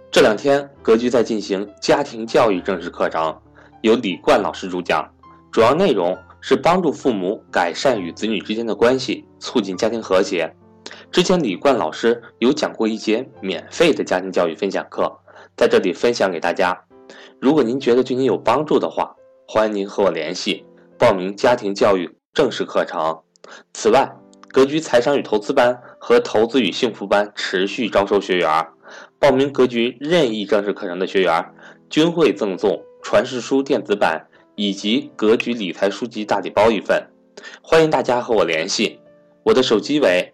这两天，格局在进行家庭教育正式课程，由李冠老师主讲，主要内容是帮助父母改善与子女之间的关系，促进家庭和谐。之前李冠老师有讲过一节免费的家庭教育分享课，在这里分享给大家。如果您觉得对您有帮助的话，欢迎您和我联系，报名家庭教育正式课程。此外，格局财商与投资班和投资与幸福班持续招收学员，报名格局任意正式课程的学员均会赠送传世书电子版以及格局理财书籍大礼包一份。欢迎大家和我联系，我的手机为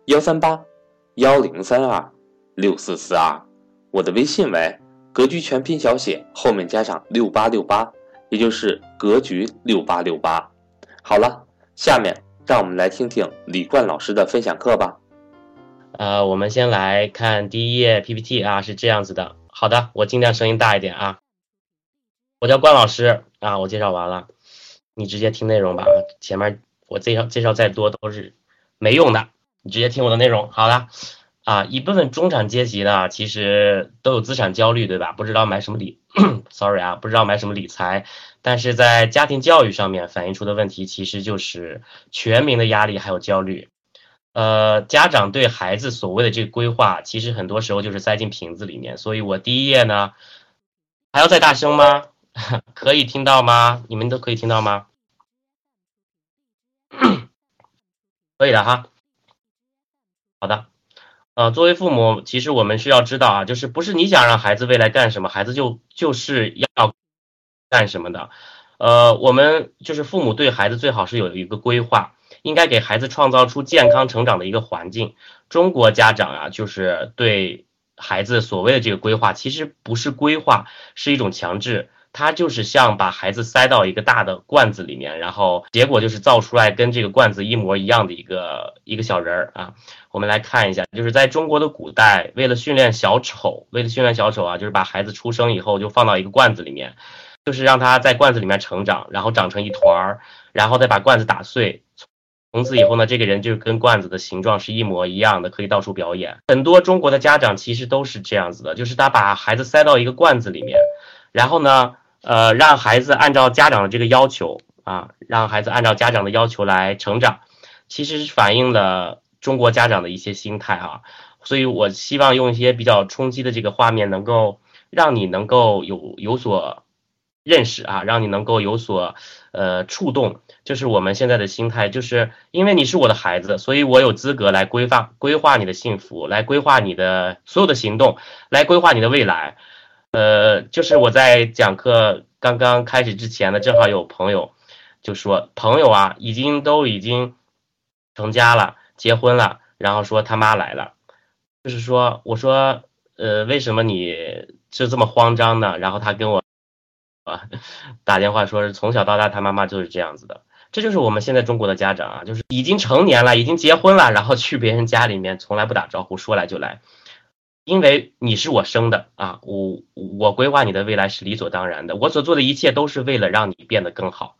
13810326442，我的微信为格局全拼小写后面加上6868，也就是格局6868。好了，下面让我们来听听李冠老师的分享课吧。 我们先来看第一页 PPT 啊，是这样子的。好的，我尽量声音大一点啊。我叫冠老师啊，我介绍完了，你直接听内容吧。前面我介绍再多都是没用的，你直接听我的内容。好了啊，一部分中产阶级呢，其实都有资产焦虑，对吧？不知道买什么sorry 啊，不知道买什么理财，但是在家庭教育上面反映出的问题，其实就是全民的压力还有焦虑。家长对孩子所谓的这个规划，其实很多时候就是塞进瓶子里面。所以我第一页呢，还要再大声吗？可以听到吗？你们都可以听到吗？可以的哈。好的。作为父母，其实我们需要知道啊，就是不是你想让孩子未来干什么，孩子就是要干什么的。我们就是父母对孩子最好是有一个规划，应该给孩子创造出健康成长的一个环境。中国家长啊，就是对孩子所谓的这个规划，其实不是规划，是一种强制。他就是像把孩子塞到一个大的罐子里面，然后结果就是造出来跟这个罐子一模一样的一个小人儿啊。我们来看一下，就是在中国的古代，为了训练小丑啊，就是把孩子出生以后就放到一个罐子里面，就是让他在罐子里面成长，然后长成一团，然后再把罐子打碎。从此以后呢，这个人就跟罐子的形状是一模一样的，可以到处表演。很多中国的家长其实都是这样子的，就是他把孩子塞到一个罐子里面，然后呢，让孩子按照家长的这个要求啊，让孩子按照家长的要求来成长，其实是反映了中国家长的一些心态啊。所以我希望用一些比较冲击的这个画面，能够让你能够有所认识啊，让你能够有所触动。就是我们现在的心态，就是因为你是我的孩子，所以我有资格来规划你的幸福，来规划你的所有的行动，来规划你的未来。就是我在讲课刚刚开始之前呢，正好有朋友就说，朋友啊，已经成家了，结婚了，然后说他妈来了，就是说，我说，为什么你是这么慌张呢？然后他跟我打电话说是从小到大他妈妈就是这样子的。这就是我们现在中国的家长啊，就是已经成年了，已经结婚了，然后去别人家里面从来不打招呼，说来就来。因为你是我生的啊，我规划你的未来是理所当然的，我所做的一切都是为了让你变得更好。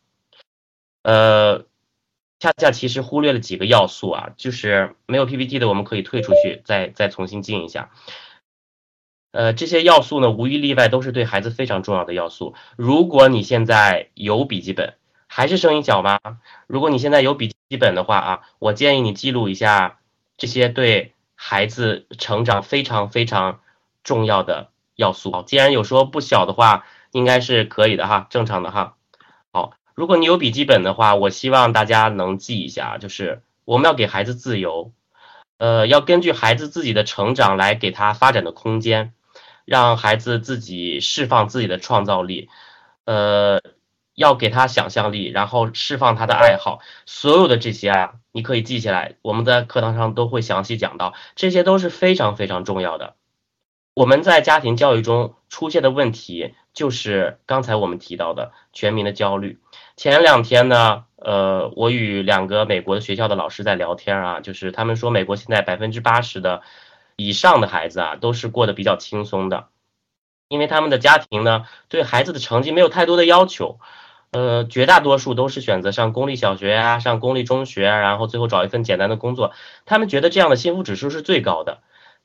恰恰其实忽略了几个要素啊，就是没有 PPT 的我们可以退出去，再重新进一下。这些要素呢，无一例外都是对孩子非常重要的要素。如果你现在有笔记本，还是声音小吗？如果你现在有笔记本的话啊，我建议你记录一下这些对孩子成长非常非常重要的要素。既然有说不小的话，应该是可以的哈，正常的哈。好，如果你有笔记本的话，我希望大家能记一下，就是我们要给孩子自由，要根据孩子自己的成长来给他发展的空间，让孩子自己释放自己的创造力，要给他想象力，然后释放他的爱好。所有的这些啊，你可以记起来，我们在课堂上都会详细讲到，这些都是非常非常重要的。我们在家庭教育中出现的问题，就是刚才我们提到的全民的焦虑。前两天呢，我与2个美国的学校的老师在聊天啊，就是他们说美国现在80%的以上的孩子啊，都是过得比较轻松的，因为他们的家庭呢，对孩子的成绩没有太多的要求。绝大多数都是选择上公立小学啊，上公立中学，然后最后找一份简单的工作。他们觉得这样的幸福指数是最高的。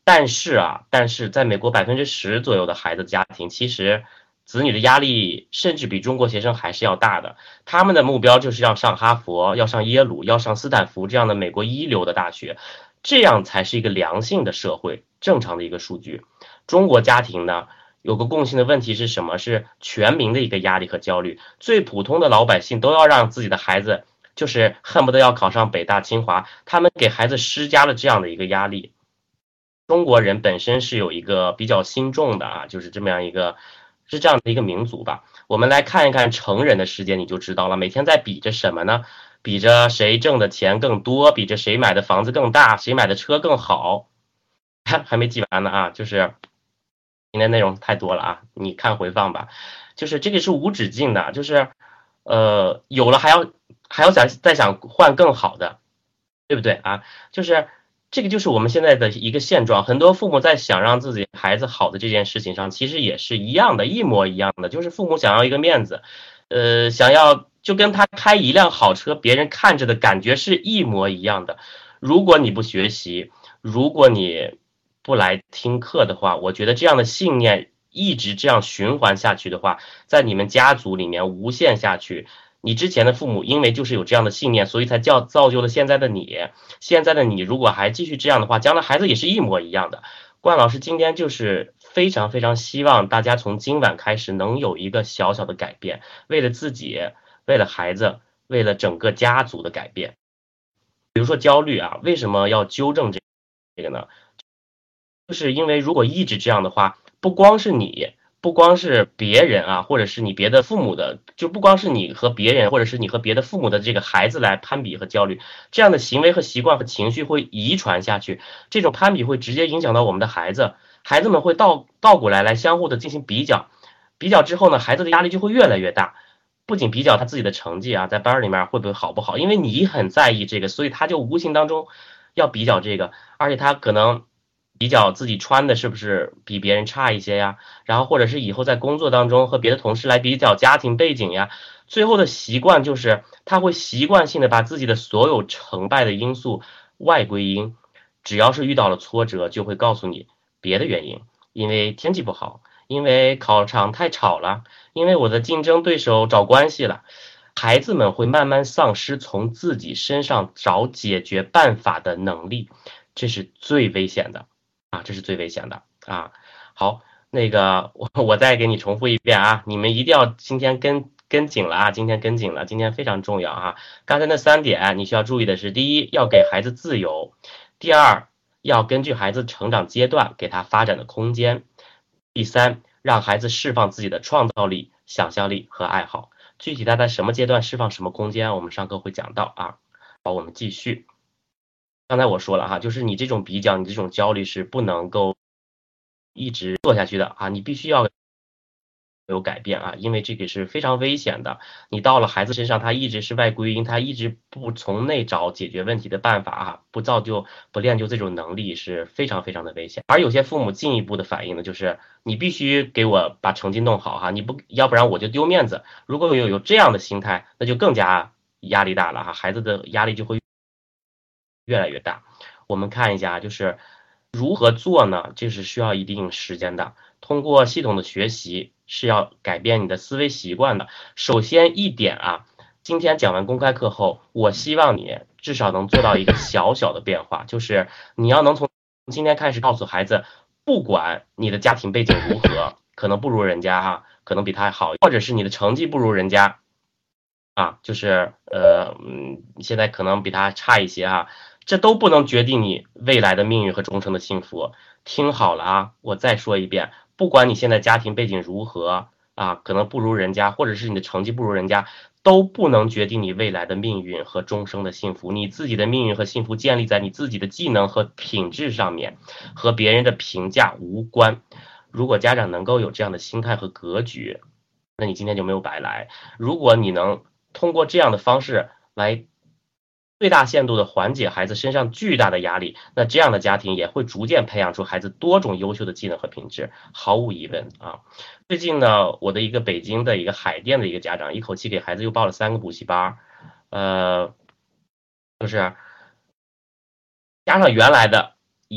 但是在美国10%左右的孩子家庭，其实子女的压力甚至比中国学生还是要大的。他们的目标就是要上哈佛，要上耶鲁，要上斯坦福这样的美国一流的大学，这样才是一个良性的社会，正常的一个数据。中国家庭呢，有个共性的问题是什么？是全民的一个压力和焦虑。最普通的老百姓都要让自己的孩子，就是恨不得要考上北大清华，他们给孩子施加了这样的一个压力。中国人本身是有一个比较心重的啊，就是这样的一个民族吧。我们来看一看成人的世界，你就知道了，每天在比着什么呢？比着谁挣的钱更多，比着谁买的房子更大，谁买的车更好。还没记完呢啊，就是今天内容太多了啊，你看回放吧。就是这个是无止境的，就是有了还要再想换更好的，对不对啊？就是这个就是我们现在的一个现状，很多父母在想让自己孩子好的这件事情上，其实也是一样的，一模一样的，就是父母想要一个面子，想要就跟他开一辆好车，别人看着的感觉是一模一样的。如果你不学习，如果你不来听课的话，我觉得这样的信念一直这样循环下去的话，在你们家族里面无限下去。你之前的父母因为就是有这样的信念，所以才造就了现在的你。现在的你如果还继续这样的话，将来孩子也是一模一样的。冠老师今天就是非常非常希望大家从今晚开始能有一个小小的改变，为了自己，为了孩子，为了整个家族的改变。比如说焦虑啊，为什么要纠正这个呢？就是因为如果一直这样的话，不光是你，不光是别人啊，或者是你别的父母的，就不光是你和别人，或者是你和别的父母的这个孩子来攀比和焦虑，这样的行为和习惯和情绪会遗传下去，这种攀比会直接影响到我们的孩子，孩子们会倒过来相互的进行比较，比较之后呢，孩子的压力就会越来越大。不仅比较他自己的成绩啊，在班里面会不会好不好，因为你很在意这个，所以他就无形当中要比较这个，而且他可能比较自己穿的是不是比别人差一些呀，然后或者是以后在工作当中和别的同事来比较家庭背景呀，最后的习惯就是他会习惯性的把自己的所有成败的因素外归因，只要是遇到了挫折，就会告诉你别的原因，因为天气不好，因为考场太吵了，因为我的竞争对手找关系了。孩子们会慢慢丧失从自己身上找解决办法的能力，这是最危险的。啊，这是最危险的啊！好，那个我再给你重复一遍啊，你们一定要今天跟紧了啊，今天跟紧了，今天非常重要啊！刚才那3点你需要注意的是：第一，要给孩子自由；第二，要根据孩子成长阶段给他发展的空间；第三，让孩子释放自己的创造力、想象力和爱好。具体他在什么阶段释放什么空间，我们上课会讲到啊。好，我们继续。刚才我说了哈，就是你这种比较，你这种焦虑是不能够一直做下去的啊，你必须要有改变啊，因为这个是非常危险的。你到了孩子身上，他一直是外归因，他一直不从内找解决问题的办法啊，不造就、不练就这种能力是非常非常的危险。而有些父母进一步的反应呢，就是你必须给我把成绩弄好哈，你不要不然我就丢面子。如果有这样的心态，那就更加压力大了哈，孩子的压力就会越来越大。我们看一下，就是如何做呢？这是需要一定时间的。通过系统的学习是要改变你的思维习惯的。首先一点啊，今天讲完公开课后，我希望你至少能做到一个小小的变化，就是你要能从今天开始告诉孩子，不管你的家庭背景如何，可能不如人家哈，可能比他好，或者是你的成绩不如人家啊，就是现在可能比他差一些哈。这都不能决定你未来的命运和终生的幸福。听好了啊，我再说一遍，不管你现在家庭背景如何啊，可能不如人家，或者是你的成绩不如人家，都不能决定你未来的命运和终生的幸福。你自己的命运和幸福建立在你自己的技能和品质上面，和别人的评价无关。如果家长能够有这样的心态和格局，那你今天就没有白来。如果你能通过这样的方式来最大限度的缓解孩子身上巨大的压力，那这样的家庭也会逐渐培养出孩子多种优秀的技能和品质，毫无疑问啊。最近呢，我的一个北京的一个海淀的一个家长，一口气给孩子又报了3个补习班，就是加上原来的以前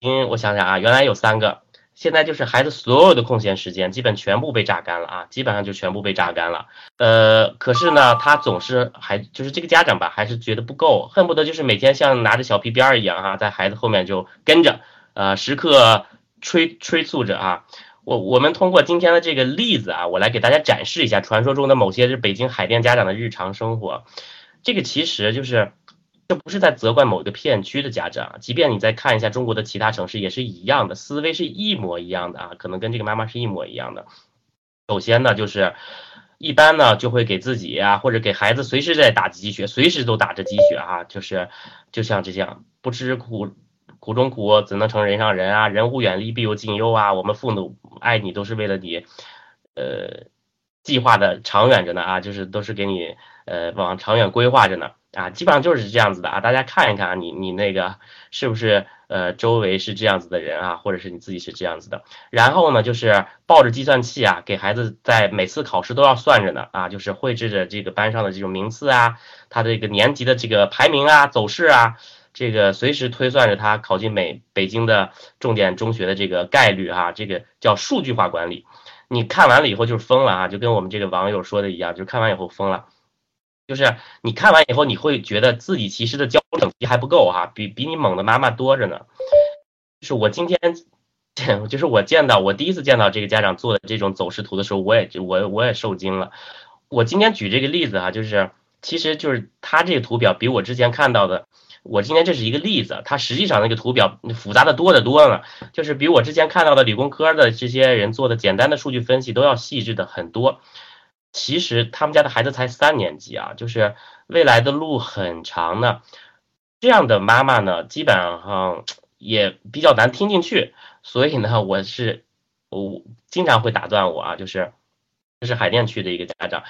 我想想啊，原来有3个，现在就是孩子所有的空闲时间基本全部被榨干了啊，基本上就全部被榨干了。可是呢，他总是就是这个家长吧，还是觉得不够，恨不得就是每天像拿着小皮鞭一样啊，在孩子后面就跟着，时刻催促着啊。我们通过今天的这个例子啊，我来给大家展示一下传说中的某些是北京海淀家长的日常生活。这个其实就是这不是在责怪某一个片区的家长，即便你再看一下中国的其他城市也是一样的，思维是一模一样的啊，可能跟这个妈妈是一模一样的。首先呢，就是一般呢就会给自己啊，或者给孩子随时在打鸡血，随时都打着鸡血啊，就像这样，不知苦中苦，怎能成人上人啊？人无远虑，必有近忧啊！我们父母爱你都是为了你，计划的长远着呢啊，就是都是给你往长远规划着呢啊，基本上就是这样子的啊。大家看一看啊，你那个是不是周围是这样子的人啊，或者是你自己是这样子的。然后呢，就是抱着计算器啊，给孩子在每次考试都要算着呢啊，就是绘制着这个班上的这种名次啊，他这个年级的这个排名啊、走势啊。这个随时推算着他考进北京的重点中学的这个概率哈，这个叫数据化管理。你看完了以后就是疯了啊，就跟我们这个网友说的一样，就是看完以后疯了。就是你看完以后，你会觉得自己其实的交整题还不够哈，比你猛的妈妈多着呢。就是我今天，就是我第一次见到这个家长做的这种走势图的时候，我也受惊了。我今天举这个例子啊，其实就是他这个图表比我之前看到的。我今天这是一个例子，它实际上那个图表复杂的多得多了，就是比我之前看到的理工科的这些人做的简单的数据分析都要细致的很多。其实他们家的孩子才3年级啊，就是未来的路很长呢。这样的妈妈呢，基本上也比较难听进去，所以呢，我经常会打断我啊，这是海淀区的一个家长，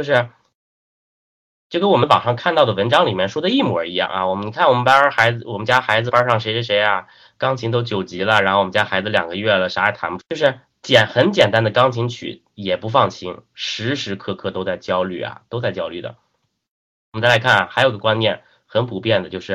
就跟我们网上看到的文章里面说的一模一样啊！我们看我们家孩子班上谁谁谁啊，钢琴都9级了，然后我们家孩子2个月了，啥也弹不出，就是很简单的钢琴曲也不放心，时时刻刻都在焦虑啊，都在焦虑的。我们再来看啊，还有个观念很普遍的就是，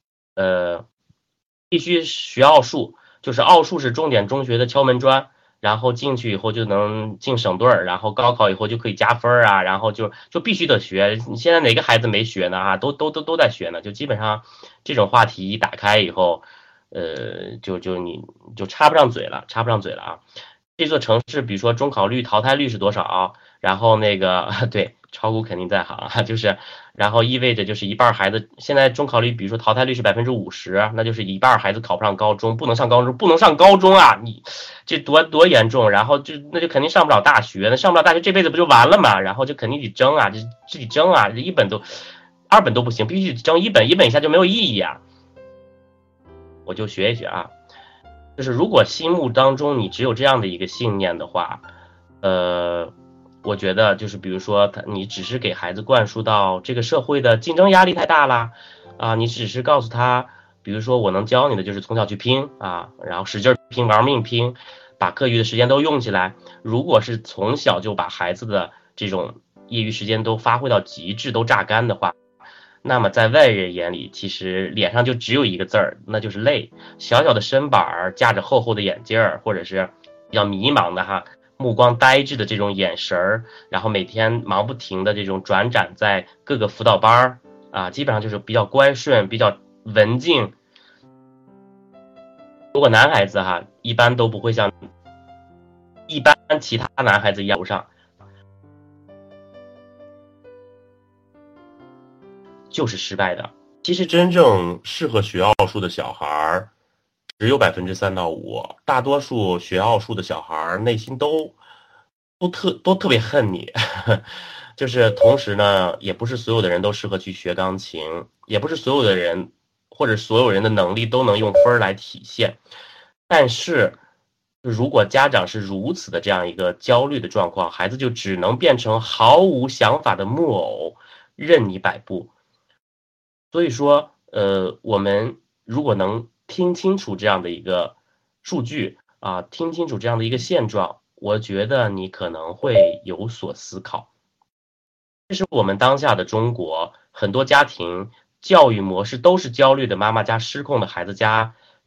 必须学奥数，就是奥数是重点中学的敲门砖。然后进去以后就能进省队儿，然后高考以后就可以加分啊，然后就必须得学。你现在哪个孩子没学呢？啊，都在学呢。就基本上这种话题一打开以后，你就插不上嘴了，插不上嘴了啊。这座城市，比如说中考率、淘汰率是多少？然后那个对，炒股肯定在行啊，然后意味着就是一半孩子现在中考率，比如说淘汰率是50%，那就是一半孩子考不上高中，不能上高中啊！你这多严重？然后那就肯定上不了大学，那上不了大学这辈子不就完了嘛？然后就肯定得争啊，自己争啊，这2本都不行，必须得争1本以下就没有意义啊！我就学一学啊。就是如果心目当中你只有这样的一个信念的话，我觉得就是比如说你只是给孩子灌输到这个社会的竞争压力太大了啊，你只是告诉他，比如说我能教你的就是从小去拼啊，然后使劲拼，玩命拼，把课余的时间都用起来。如果是从小就把孩子的这种业余时间都发挥到极致，都榨干的话，那么在外人眼里，其实脸上就只有一个字儿，那就是累。小小的身板儿，架着厚厚的眼镜儿，或者是比较迷茫的哈，目光呆滞的这种眼神儿，然后每天忙不停的这种转展在各个辅导班儿啊，基本上就是比较乖顺、比较文静。如果男孩子哈，一般都不会像一般其他男孩子一样上。就是失败的。其实真正适合学奥数的小孩只有3%到5%，大多数学奥数的小孩内心都特别恨你。就是同时呢，也不是所有的人都适合去学钢琴，也不是所有的人或者所有人的能力都能用分来体现。但是如果家长是如此的这样一个焦虑的状况，孩子就只能变成毫无想法的木偶，任你摆布。所以说，我们如果能听清楚这样的一个数据啊，听清楚这样的一个现状，我觉得你可能会有所思考。这是我们当下的中国很多家庭教育模式都是焦虑的妈妈加失控的孩子加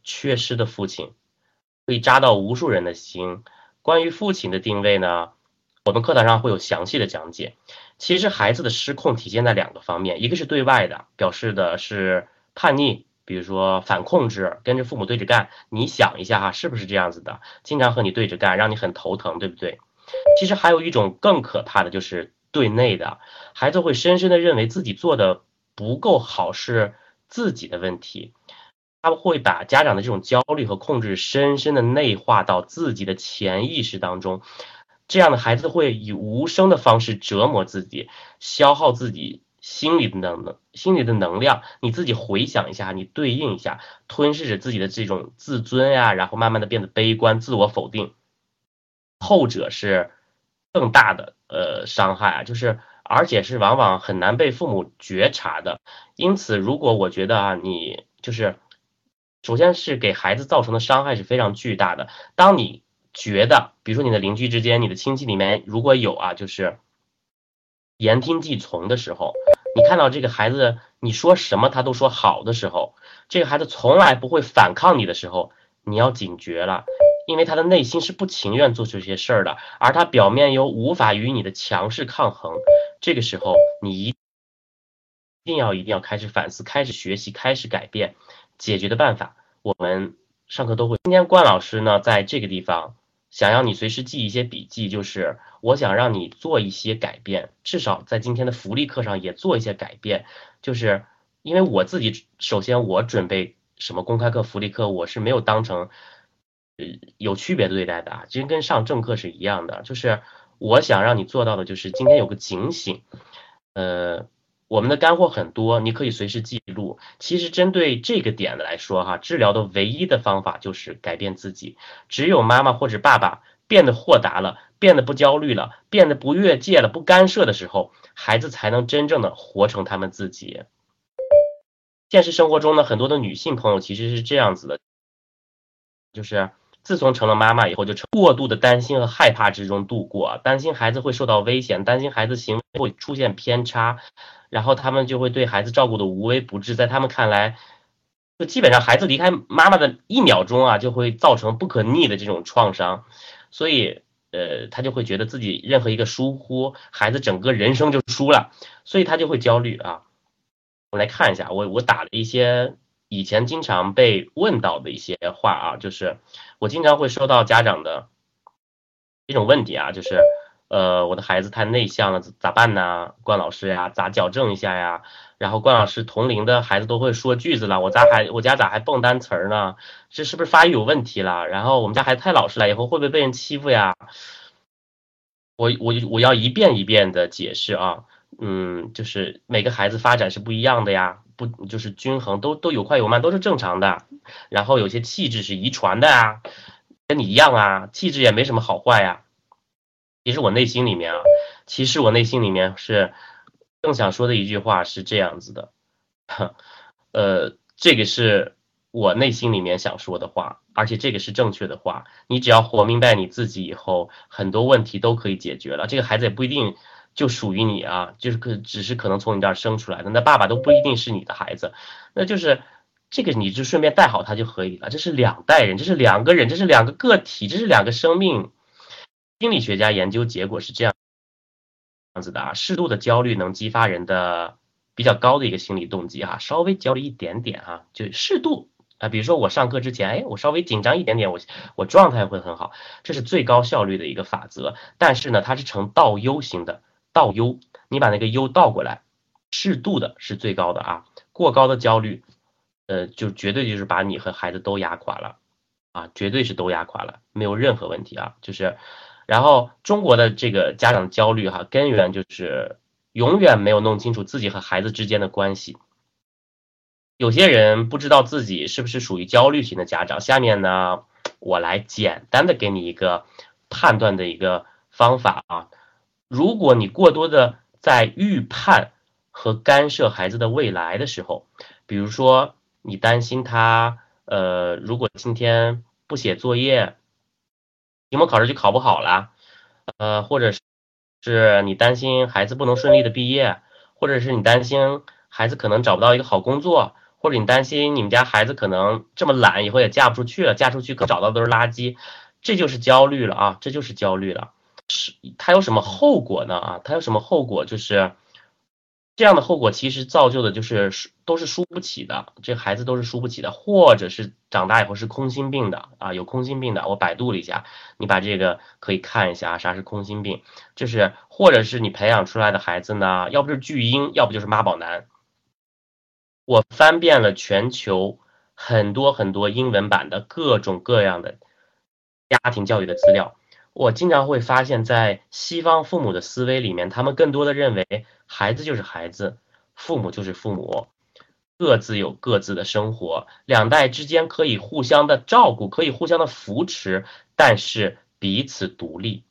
缺失的父亲，可以扎到无数人的心。关于父亲的定位呢，我们课堂上会有详细的讲解。其实孩子的失控体现在2个方面，一个是对外的，表示的是叛逆，比如说反控制，跟着父母对着干。你想一下哈，是不是这样子的？经常和你对着干，让你很头疼，对不对？其实还有一种更可怕的，就是对内的，孩子会深深的认为自己做的不够好是自己的问题，他会把家长的这种焦虑和控制深深的内化到自己的潜意识当中。这样的孩子会以无声的方式折磨自己，消耗自己心里的能量。你自己回想一下，你对应一下，吞噬着自己的这种自尊呀，然后慢慢的变得悲观、自我否定。后者是更大的伤害啊，就是而且是往往很难被父母觉察的。因此，如果我觉得啊，你就是首先是给孩子造成的伤害是非常巨大的。当你觉得，比如说你的邻居之间、你的亲戚里面如果有啊，就是言听计从的时候，你看到这个孩子你说什么他都说好的时候，这个孩子从来不会反抗你的时候，你要警觉了。因为他的内心是不情愿做这些事儿的，而他表面又无法与你的强势抗衡。这个时候，你一定要开始反思，开始学习，开始改变解决的办法。我们上课都会。今天关老师呢，在这个地方想让你随时记一些笔记，就是我想让你做一些改变，至少在今天的福利课上也做一些改变。就是因为我自己，首先我准备什么公开课、福利课，我是没有当成有区别对待的啊，其实跟上正课是一样的。就是我想让你做到的，就是今天有个警醒，我们的干货很多，你可以随时记录。其实针对这个点来说哈，治疗的唯一的方法就是改变自己。只有妈妈或者爸爸变得豁达了，变得不焦虑了，变得不越界了，不干涉的时候，孩子才能真正的活成他们自己。现实生活中呢，很多的女性朋友其实是这样子的，就是自从成了妈妈以后，就过度的担心和害怕之中度过，担心孩子会受到危险，担心孩子行为会出现偏差，然后他们就会对孩子照顾的无微不至，在他们看来，就基本上孩子离开妈妈的1秒钟啊，就会造成不可逆的这种创伤，所以他就会觉得自己任何一个疏忽，孩子整个人生就输了，所以他就会焦虑啊。我们来看一下，我打了一些以前经常被问到的一些话啊，就是我经常会收到家长的一种问题啊，就是我的孩子太内向了，咋办呢？关老师呀，咋矫正一下呀？然后关老师同龄的孩子都会说句子了，我家咋还蹦单词呢？这是不是发育有问题了？然后我们家孩子太老实了，以后会不会被人欺负呀？我要一遍一遍的解释啊。就是每个孩子发展是不一样的呀，不就是均衡，都有快有慢，都是正常的。然后有些气质是遗传的啊，跟你一样啊，气质也没什么好坏呀。其实我内心里面啊，其实我内心里面是更想说的一句话是这样子的，这个是我内心里面想说的话，而且这个是正确的话。你只要活明白你自己以后，很多问题都可以解决了。这个孩子也不一定就属于你啊，就是只是可能从你这儿生出来的，那爸爸都不一定是你的孩子，那就是这个你就顺便带好他就可以了。这是2代人，这是2个人，这是2个个体，这是2个生命。心理学家研究结果是这样子的啊，适度的焦虑能激发人的比较高的一个心理动机哈，稍微焦虑一点点哈，就适度啊，比如说我上课之前，我稍微紧张一点点，我状态会很好，这是最高效率的一个法则。但是呢，它是呈倒 U 型的，倒 U，你把那个 U 倒过来，适度的是最高的啊，过高的焦虑，就绝对就是把你和孩子都压垮了啊，绝对是都压垮了，没有任何问题啊，就是。然后中国的这个家长焦虑哈，根源就是永远没有弄清楚自己和孩子之间的关系。有些人不知道自己是不是属于焦虑型的家长，下面呢，我来简单的给你一个判断的一个方法啊。如果你过多的在预判和干涉孩子的未来的时候，比如说你担心他，如果今天不写作业，期末考试就考不好了，或者是你担心孩子不能顺利的毕业，或者是你担心孩子可能找不到一个好工作， 或者你担心你们家孩子可能这么懒，以后也嫁不出去了，嫁出去可找到的都是垃圾，这就是焦虑了啊，这就是焦虑了。它有什么后果呢？啊，它有什么后果？就是这样的后果其实造就的就是都是输不起的，这孩子都是输不起的，或者是长大以后是空心病的啊，有空心病的。我百度了一下，你把这个可以看一下，啥是空心病，就是或者是你培养出来的孩子呢，要不是巨婴，要不就是妈宝男。我翻遍了全球很多很多英文版的各种各样的家庭教育的资料，我经常会发现，在西方父母的思维里面，他们更多的认为孩子就是孩子，父母就是父母，各自有各自的生活，两代之间可以互相的照顾，可以互相的扶持，但是彼此独立。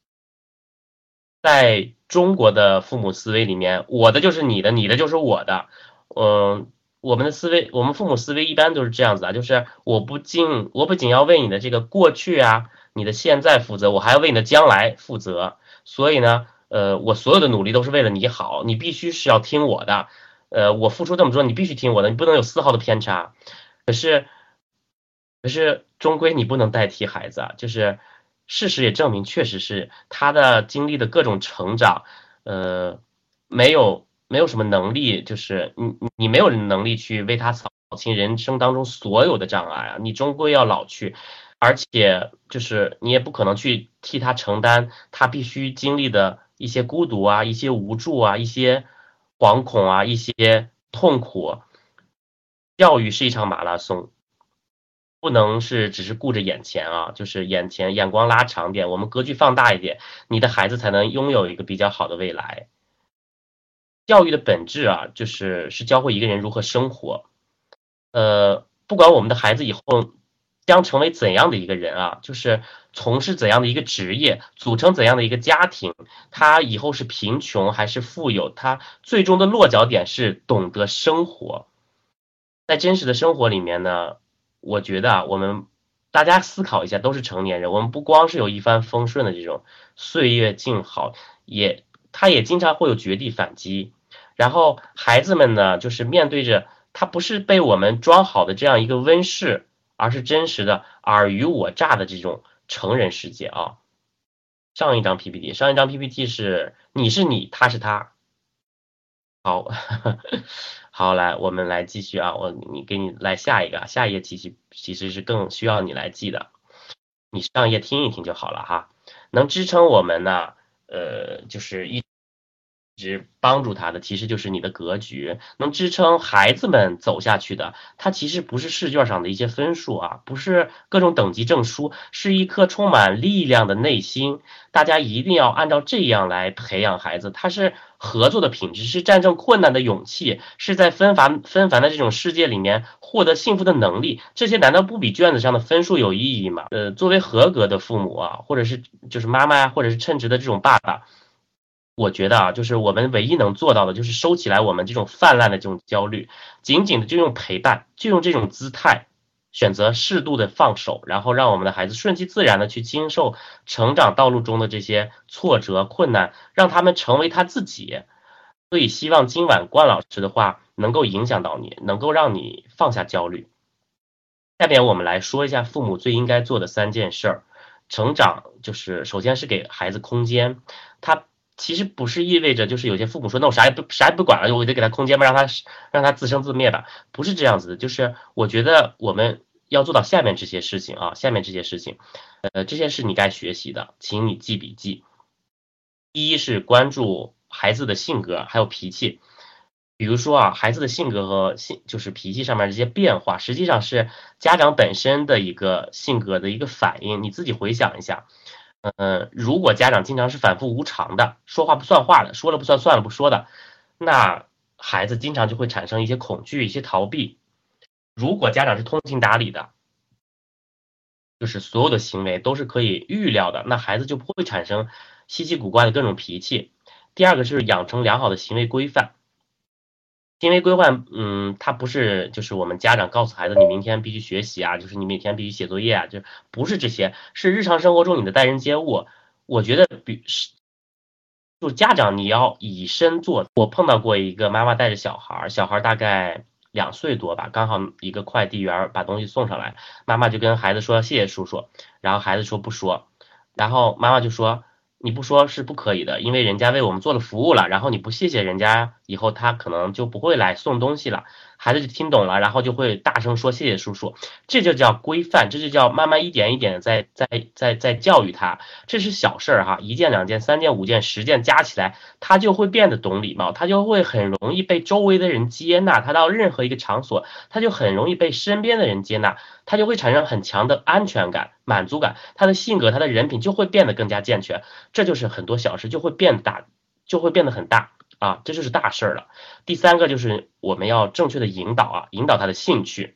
在中国的父母思维里面，我的就是你的，你的就是我的。我们的思维，我们父母思维一般都是这样子啊，就是我不仅要为你的这个过去啊，你的现在负责，我还要为你的将来负责。所以呢，我所有的努力都是为了你好，你必须是要听我的。我付出这么多，你必须听我的，你不能有丝毫的偏差。可是终归你不能代替孩子啊，就是事实也证明，确实是他的经历的各种成长，没有什么能力，就是你没有能力去为他扫清人生当中所有的障碍啊，你终归要老去，而且就是你也不可能去替他承担他必须经历的一些孤独啊，一些无助啊，一些惶恐啊，一些痛苦。教育是一场马拉松。不能是只是顾着眼前啊，就是眼前眼光拉长点，我们格局放大一点，你的孩子才能拥有一个比较好的未来。教育的本质啊，是教会一个人如何生活。不管我们的孩子以后将成为怎样的一个人啊，就是从事怎样的一个职业，组成怎样的一个家庭，他以后是贫穷还是富有，他最终的落脚点是懂得生活。在真实的生活里面呢，我觉得啊，我们大家思考一下，都是成年人，我们不光是有一帆风顺的这种岁月静好，他也经常会有绝地反击。然后孩子们呢，就是面对着他不是被我们装好的这样一个温室，而是真实的尔虞我诈的这种成人世界啊。上一张 PPT 是你是你，他是他。好，好，来，我们来继续啊，给你来下一个，下一页其实是更需要你来记的，你上页听一听就好了哈。能支撑我们呢，就是一直帮助他的，其实就是你的格局，能支撑孩子们走下去的，它其实不是试卷上的一些分数啊，不是各种等级证书，是一颗充满力量的内心。大家一定要按照这样来培养孩子，他是合作的品质，是战胜困难的勇气，是在纷繁的这种世界里面获得幸福的能力。这些难道不比卷子上的分数有意义吗？作为合格的父母啊，或者是就是妈妈呀，或者是称职的这种爸爸，我觉得啊，就是我们唯一能做到的，就是收起来我们这种泛滥的这种焦虑，紧紧的就用陪伴，就用这种姿态，选择适度的放手，然后让我们的孩子顺其自然的去经受成长道路中的这些挫折困难，让他们成为他自己。所以希望今晚关老师的话能够影响到你，能够让你放下焦虑。下面我们来说一下父母最应该做的三件事儿。成长就是首先是给孩子空间，他其实不是意味着就是有些父母说那我啥也不管了，我就给他空间吧，让他自生自灭吧，不是这样子的。就是我觉得我们要做到下面这些事情啊，下面这些事情，这些是你该学习的，请你记笔记。第一是关注孩子的性格还有脾气。比如说啊，孩子的性格和就是脾气上面这些变化，实际上是家长本身的一个性格的一个反应。你自己回想一下，如果家长经常是反复无常的，说话不算话的，说了不算，算了不说的，那孩子经常就会产生一些恐惧、一些逃避。如果家长是通情达理的，就是所有的行为都是可以预料的，那孩子就不会产生稀奇古怪的各种脾气。第二个是养成良好的行为规范。行为规范，它不是就是我们家长告诉孩子你明天必须学习啊，就是你每天必须写作业啊，就不是这些，是日常生活中你的待人接物。我觉得就家长你要以身作则。我碰到过一个妈妈带着小孩，小孩大概 2岁多吧，刚好一个快递员把东西送上来，妈妈就跟孩子说谢谢叔叔，然后孩子说不说，然后妈妈就说你不说是不可以的，因为人家为我们做了服务了，然后你不谢谢人家，以后他可能就不会来送东西了。孩子就听懂了，然后就会大声说谢谢叔叔，这就叫规范，这就叫慢慢一点一点的在教育他。这是小事儿哈，1件2件3件5件10件加起来，他就会变得懂礼貌，他就会很容易被周围的人接纳，他到任何一个场所，他就很容易被身边的人接纳，他就会产生很强的安全感、满足感，他的性格、他的人品就会变得更加健全。这就是很多小事就会变大，就会变得很大啊，这就是大事了。第3个就是我们要正确的引导啊，引导他的兴趣。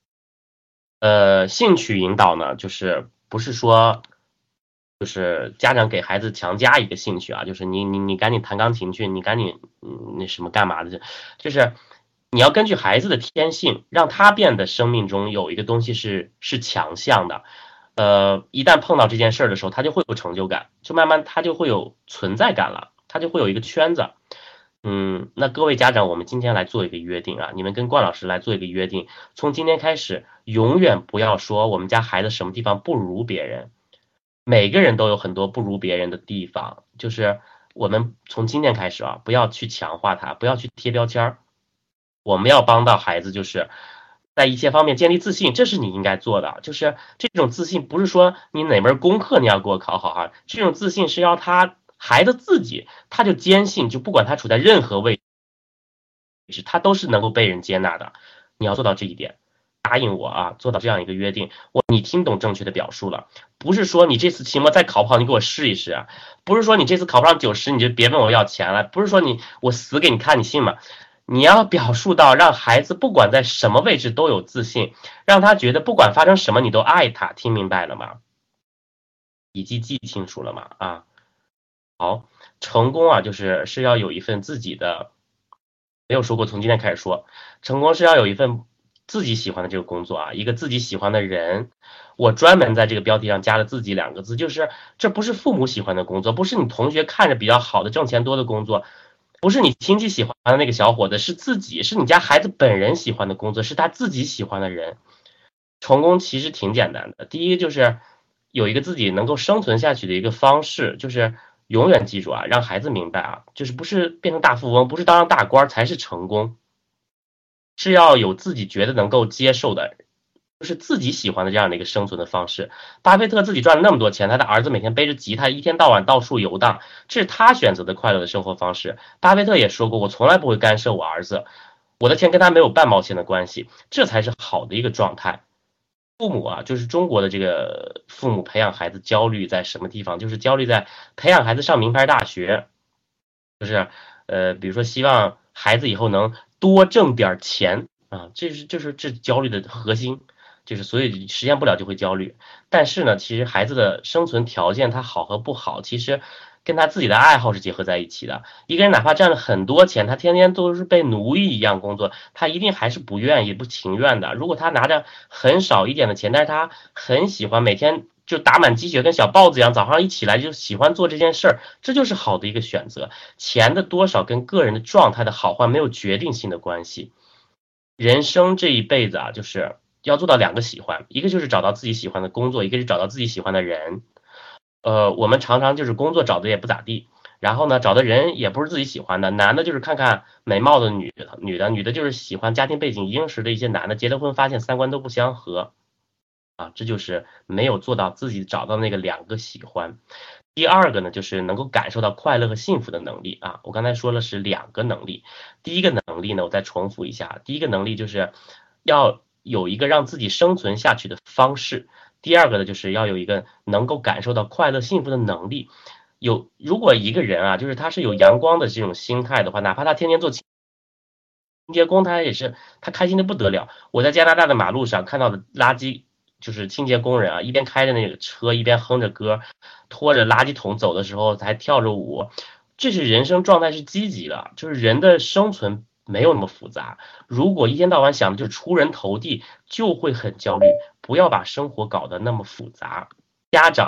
兴趣引导呢，就是不是说就是家长给孩子强加一个兴趣啊，就是你赶紧弹钢琴去，你赶紧那什么干嘛的，就是你要根据孩子的天性，让他变得生命中有一个东西是强项的。一旦碰到这件事儿的时候，他就会有成就感，就慢慢他就会有存在感了，他就会有一个圈子。那各位家长，我们今天来做一个约定啊，你们跟冠老师来做一个约定，从今天开始，永远不要说我们家孩子什么地方不如别人，每个人都有很多不如别人的地方，就是我们从今天开始啊，不要去强化他，不要去贴标签儿，我们要帮到孩子，就是在一些方面建立自信，这是你应该做的。就是这种自信，不是说你哪门功课你要给我考好哈，这种自信是要孩子自己，他就坚信，就不管他处在任何位置，他都是能够被人接纳的。你要做到这一点，答应我啊，做到这样一个约定。你听懂正确的表述了，不是说你这次期末再考不好，你给我试一试啊，不是说你这次考不上90，你就别问我要钱了，不是说我死给你看，你信吗？你要表述到让孩子不管在什么位置都有自信，让他觉得不管发生什么你都爱他，听明白了吗？以及记清楚了吗？啊，好，成功啊，是要有一份自己的，没有说过，从今天开始说，成功是要有一份自己喜欢的这个工作啊，一个自己喜欢的人。我专门在这个标题上加了"自己"2个字，就是这不是父母喜欢的工作，不是你同学看着比较好的挣钱多的工作，不是你亲戚喜欢的那个小伙子，是你家孩子本人喜欢的工作，是他自己喜欢的人。成功其实挺简单的，第一就是有一个自己能够生存下去的一个方式，就是永远记住啊，让孩子明白啊，就是不是变成大富翁，不是当上大官才是成功，是要有自己觉得能够接受的，就是自己喜欢的这样的一个生存的方式。巴菲特自己赚了那么多钱，他的儿子每天背着吉他，一天到晚到处游荡，这是他选择的快乐的生活方式。巴菲特也说过，我从来不会干涉我儿子，我的钱跟他没有半毛钱的关系，这才是好的一个状态。父母啊，就是中国的这个父母培养孩子焦虑在什么地方？就是焦虑在培养孩子上名牌大学，就是比如说希望孩子以后能多挣点钱啊，这焦虑的核心，就是所以实现不了就会焦虑。但是呢，其实孩子的生存条件他好和不好，其实跟他自己的爱好是结合在一起的。一个人哪怕赚了很多钱，他天天都是被奴役一样工作，他一定还是不愿意、不情愿的。如果他拿着很少一点的钱，但是他很喜欢每天就打满鸡血，跟小豹子一样，早上一起来就喜欢做这件事儿，这就是好的一个选择。钱的多少跟个人的状态的好坏没有决定性的关系。人生这一辈子啊，就是要做到2个喜欢，一个就是找到自己喜欢的工作，一个是找到自己喜欢的人。我们常常就是工作找的也不咋地，然后呢，找的人也不是自己喜欢的，男的就是看看美貌的女的就是喜欢家庭背景殷实的一些男的，结了婚发现3观都不相合啊，这就是没有做到自己找到那个2个喜欢。第2个呢，就是能够感受到快乐和幸福的能力啊。我刚才说了是2个能力，第一个能力呢，我再重复一下，第一个能力就是要有一个让自己生存下去的方式。第2个呢，就是要有一个能够感受到快乐幸福的能力。如果一个人啊，就是他是有阳光的这种心态的话，哪怕他天天做清洁工，他开心的不得了。我在加拿大的马路上看到的垃圾，就是清洁工人啊，一边开着那个车，一边哼着歌，拖着垃圾桶走的时候还跳着舞，这是人生状态是积极的，就是人的生存没有那么复杂。如果一天到晚想的就是出人头地，就会很焦虑。不要把生活搞得那么复杂。家长啊，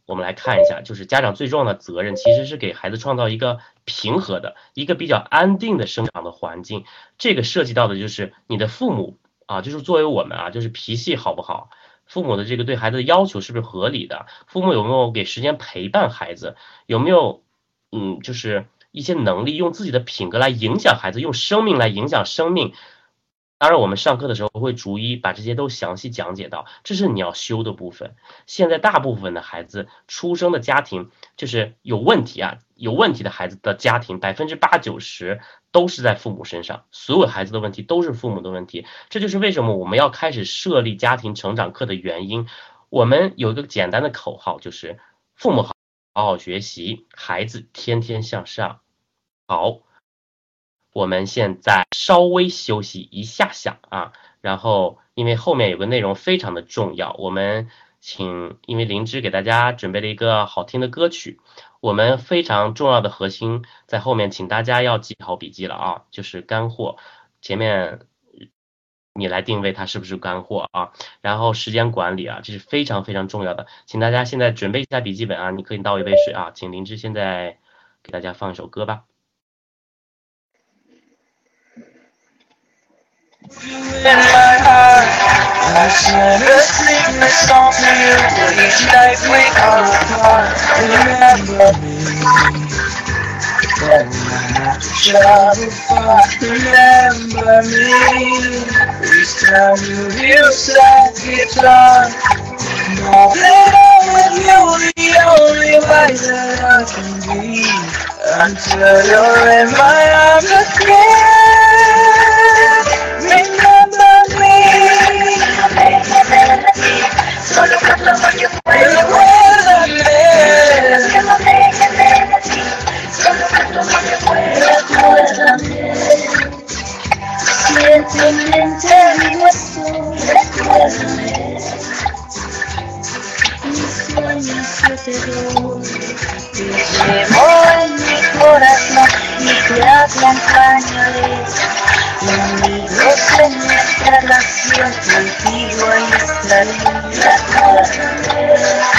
我们来看一下，就是家长最重要的责任其实是给孩子创造一个平和的、一个比较安定的生长的环境。这个涉及到的就是你的父母啊，就是作为我们啊，就是脾气好不好，父母的这个对孩子的要求是不是合理的，父母有没有给时间陪伴孩子，有没有就是一些能力用自己的品格来影响孩子，用生命来影响生命。当然我们上课的时候会逐一把这些都详细讲解到，这是你要修的部分。现在大部分的孩子出生的家庭就是有问题啊，有问题的孩子的家庭80%、90%都是在父母身上，所有孩子的问题都是父母的问题。这就是为什么我们要开始设立家庭成长课的原因。我们有一个简单的口号，就是父母好好学习，孩子天天向上。好，我们现在稍微休息一下下啊，然后因为后面有个内容非常的重要，我们因为灵芝给大家准备了一个好听的歌曲，我们非常重要的核心在后面，请大家要记好笔记了啊，就是干货，前面你来定位它是不是干货啊，然后时间管理啊，这是非常非常重要的，请大家现在准备一下笔记本啊，你可以倒一杯水啊，请灵芝现在给大家放一首歌吧。 In my heart, I send a sleepless song to you. Each night we come apart. Remember me, when I have to travel far. Remember me, each time you hear a sad guitar. Know that I'm with you, the only light that I can be, until you're in my arms again. Remember me. Llevo en mi corazón mil campañas, unidos en nuestra canción, contigo en nuestra vida.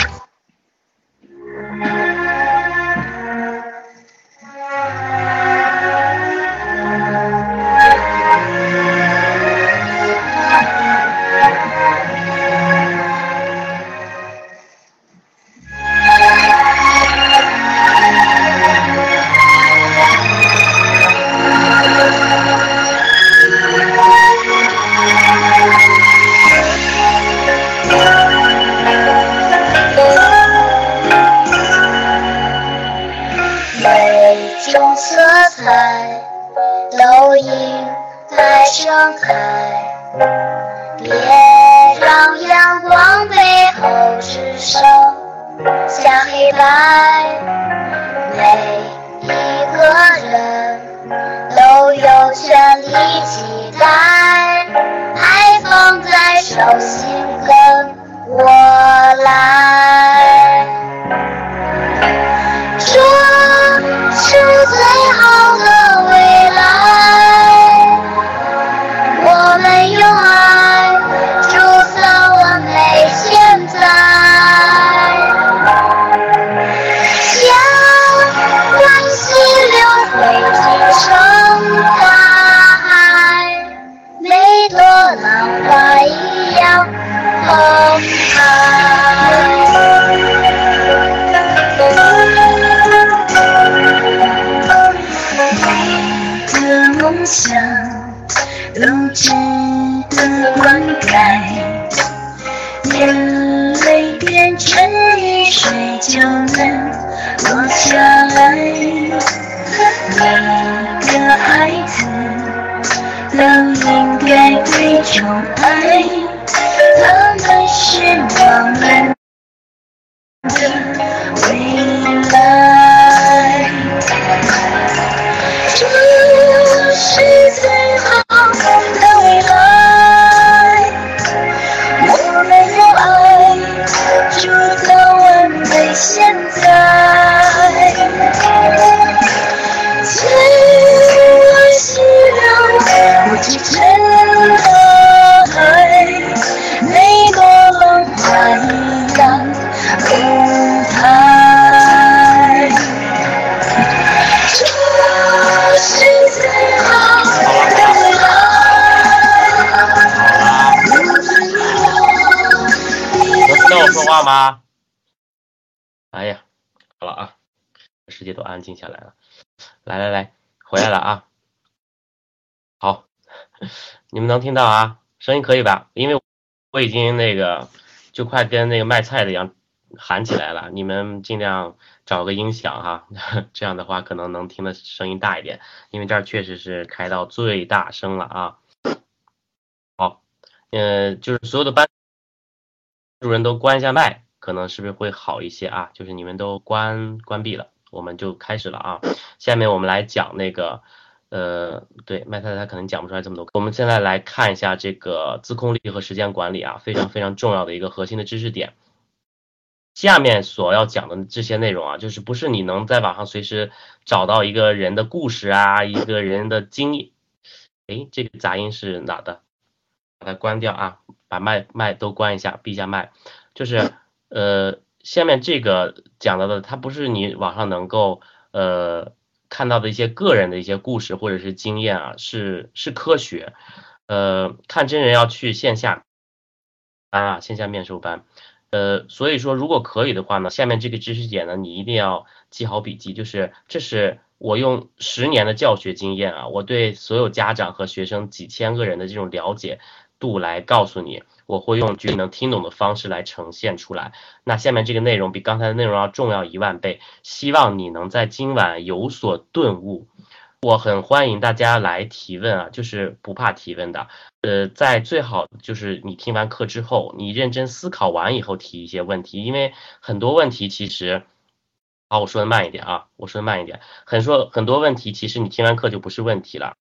我说话吗？哎呀，好了啊，世界都安静下来了。来，回来了啊。好，你们能听到啊？声音可以吧？因为我已经那个就快跟那个卖菜的一样喊起来了，你们尽量找个音响哈，这样的话可能能听的声音大一点，因为这儿确实是开到最大声了啊。好，就是所有的班主任都关一下麦，可能是不是会好一些啊？就是你们都关闭了，我们就开始了啊。下面我们来讲那个。对，麦太太可能讲不出来这么多。我们现在来看一下这个自控力和时间管理啊，非常非常重要的一个核心的知识点。下面所要讲的这些内容啊，就是不是你能在网上随时找到一个人的故事啊，一个人的经历。哎，这个杂音是哪的？把它关掉啊，把麦都关一下，闭一下麦。就是下面这个讲到的，它不是你网上能够看到的一些个人的一些故事或者是经验啊，是科学。看真人要去线下班啊，线下面授班。所以说如果可以的话呢，下面这个知识点呢，你一定要记好笔记，就是这是我用10年的教学经验啊，我对所有家长和学生几千个人的这种了解度来告诉你，我会用绝对能听懂的方式来呈现出来。那下面这个内容比刚才的内容要重要10000倍，希望你能在今晚有所顿悟。我很欢迎大家来提问啊，就是不怕提问的。在最好就是你听完课之后，你认真思考完以后提一些问题，因为很多问题其实，好，我说的慢一点啊，很多问题其实你听完课就不是问题了。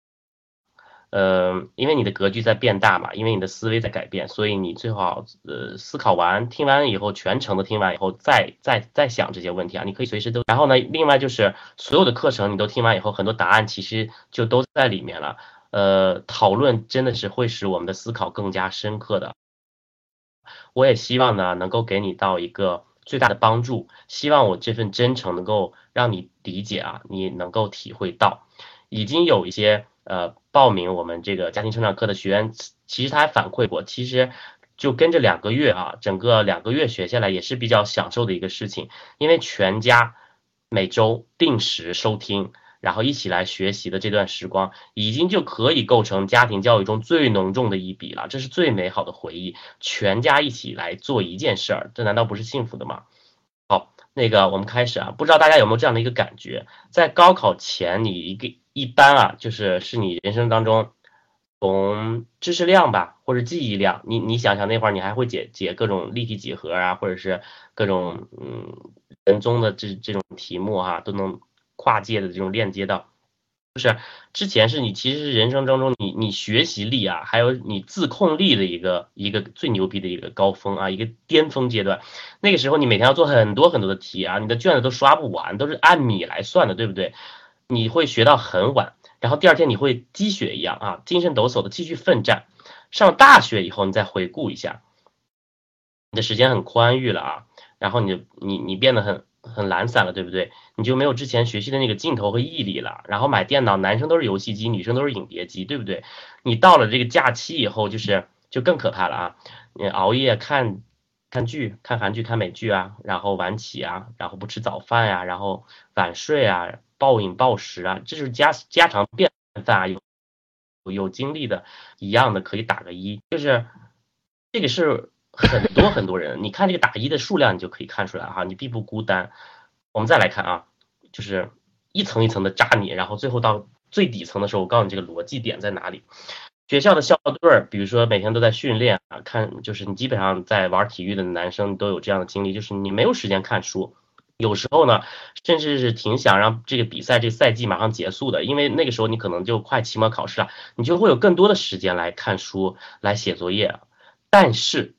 因为你的格局在变大嘛，因为你的思维在改变，所以你最好思考完、听完以后，全程的听完以后，再想这些问题啊，你可以随时都。然后呢，另外就是所有的课程你都听完以后，很多答案其实就都在里面了。讨论真的是会使我们的思考更加深刻的。我也希望呢，能够给你到一个最大的帮助，希望我这份真诚能够让你理解啊，你能够体会到。已经有一些报名我们这个家庭成长课的学员，其实他还反馈过，其实就跟着2个月啊，整个2个月学下来也是比较享受的一个事情，因为全家每周定时收听，然后一起来学习的这段时光，已经就可以构成家庭教育中最浓重的一笔了，这是最美好的回忆，全家一起来做一件事儿，这难道不是幸福的吗？好，那个我们开始啊，不知道大家有没有这样的一个感觉，在高考前你一般啊，就是你人生当中从知识量吧，或者记忆量，你想想那会儿你还会解各种立体几何啊，或者是各种人综的这种题目哈，都能跨界的这种链接到。就是之前是你其实是人生当中你学习力啊，还有你自控力的一个最牛逼的一个高峰啊，一个巅峰阶段。那个时候你每天要做很多很多的题啊，你的卷子都刷不完，都是按米来算的，对不对？你会学到很晚，然后第2天你会鸡血一样啊，精神抖擞的继续奋战。上大学以后你再回顾一下，你的时间很宽裕了啊，然后你变得很懒散了，对不对？你就没有之前学习的那个劲头和毅力了。然后买电脑，男生都是游戏机，女生都是影碟机，对不对？你到了这个假期以后，就更可怕了啊！你熬夜看剧、看韩剧、看美剧啊，然后晚起啊，然后不吃早饭呀、然后晚睡啊，暴饮暴食啊，这是家常便饭啊。有经历的一样的可以打个1，就是这个是很多人，你看这个打1的数量，你就可以看出来哈，你并不孤单。我们再来看啊，就是一层一层的扎你，然后最后到最底层的时候，我告诉你这个逻辑点在哪里。学校的校队，比如说每天都在训练啊，看就是你基本上在玩体育的男生都有这样的经历，就是你没有时间看书。有时候呢，甚至是挺想让这个比赛这个赛季马上结束的，因为那个时候你可能就快期末考试了，你就会有更多的时间来看书、来写作业。但是，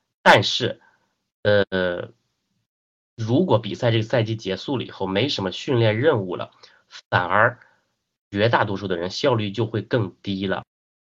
如果比赛这个赛季结束了以后，没什么训练任务了，反而绝大多数的人效率就会更低了。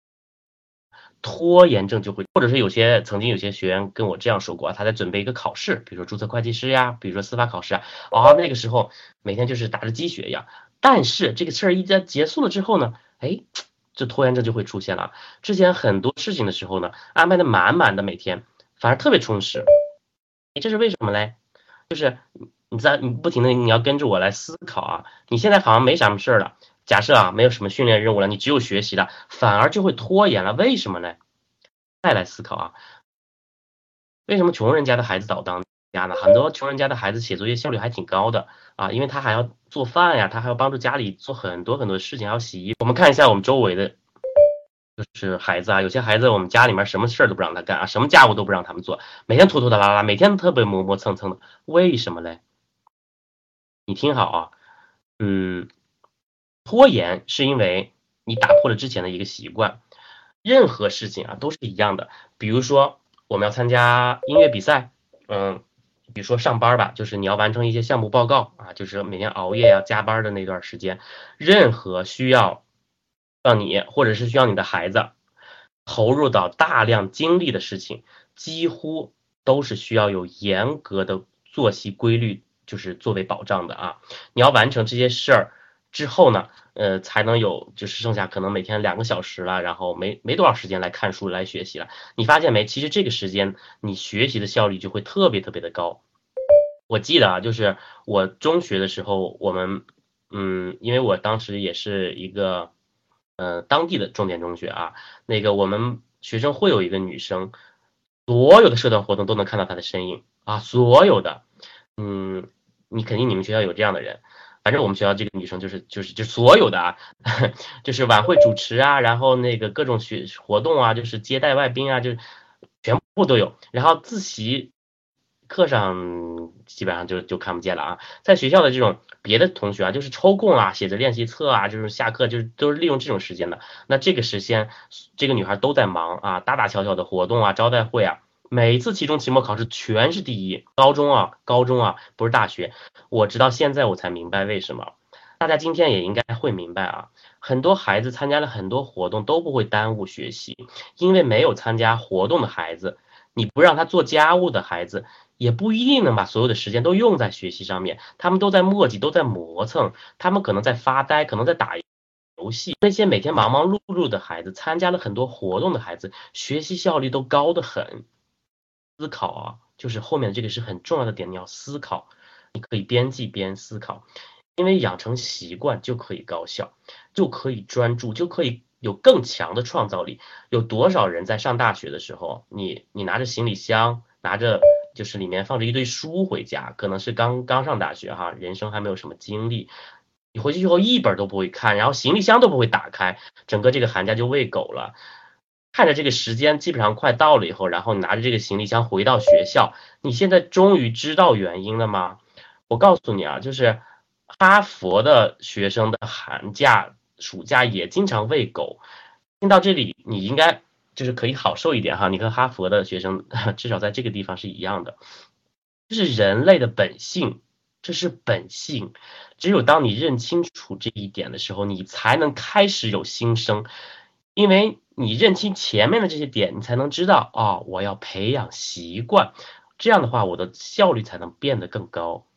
拖延症就会，或者是曾经有些学员跟我这样说过，他在准备一个考试，比如说注册会计师呀，比如说司法考试啊，那个时候每天就是打着鸡血一样。但是这个事儿一旦结束了之后呢，这拖延症就会出现了。之前很多事情的时候呢，安排的满满的每天，反而特别充实。 这是为什么嘞？就是你不停的你要跟着我来思考啊。你现在好像没什么事了，假设啊没有什么训练任务了，你只有学习了，反而就会拖延了。为什么呢？再来思考啊，为什么穷人家的孩子早当家呢？很多穷人家的孩子写作业效率还挺高的啊，因为他还要做饭呀，他还要帮助家里做很多很多事情，还要洗衣服。我们看一下我们周围的，就是孩子啊，有些孩子我们家里面什么事儿都不让他干啊，什么家务都不让他们做，每天拖拖拉拉，每天特别磨磨蹭蹭的，为什么嘞？你听好啊，拖延是因为你打破了之前的一个习惯。任何事情啊都是一样的，比如说我们要参加音乐比赛，比如说上班吧，就是你要完成一些项目报告啊，就是每天熬夜要加班的那段时间，任何需要让你或者是需要你的孩子投入到大量精力的事情，几乎都是需要有严格的作息规律，就是作为保障的啊。你要完成这些事儿之后呢，才能有就是剩下可能每天2个小时了，然后没多少时间来看书来学习了。你发现没？其实这个时间你学习的效率就会特别特别的高。我记得啊，就是我中学的时候，我们因为我当时也是一个当地的重点中学啊，那个我们学生会有一个女生，所有的社团活动都能看到她的身影啊，所有的，你肯定你们学校有这样的人。反正我们学校这个女生就所有的啊，就是晚会主持啊，然后那个各种活动啊，就是接待外宾啊，就是全部都有。然后自习课上基本上就看不见了啊。在学校的这种别的同学啊，就是抽空啊，写着练习册啊，就是下课就是都是利用这种时间的。那这个时间，这个女孩都在忙啊，大大小小的活动啊，招待会啊。每次期中、期末考试全是第一，高中啊，不是大学。我直到现在我才明白为什么，大家今天也应该会明白啊。很多孩子参加了很多活动都不会耽误学习，因为没有参加活动的孩子，你不让他做家务的孩子，也不一定能把所有的时间都用在学习上面。他们都在磨叽，都在磨蹭，他们可能在发呆，可能在打游戏。那些每天忙忙碌碌的孩子，参加了很多活动的孩子，学习效率都高得很。思考啊，就是后面这个是很重要的点，你要思考，你可以边记边思考，因为养成习惯就可以高效，就可以专注，就可以有更强的创造力。有多少人在上大学的时候，你拿着行李箱，拿着就是里面放着一堆书回家，可能是刚上大学哈，人生还没有什么经历，你回去以后一本都不会看，然后行李箱都不会打开，整个这个寒假就喂狗了。看着这个时间基本上快到了以后，然后你拿着这个行李箱回到学校，你现在终于知道原因了吗？我告诉你啊，就是哈佛的学生的寒假、暑假也经常喂狗。听到这里，你应该就是可以好受一点哈。你和哈佛的学生至少在这个地方是一样的，这是人类的本性，这是本性。只有当你认清楚这一点的时候，你才能开始有新生。因为你认清前面的这些点，你才能知道哦，我要培养习惯，这样的话我的效率才能变得更高。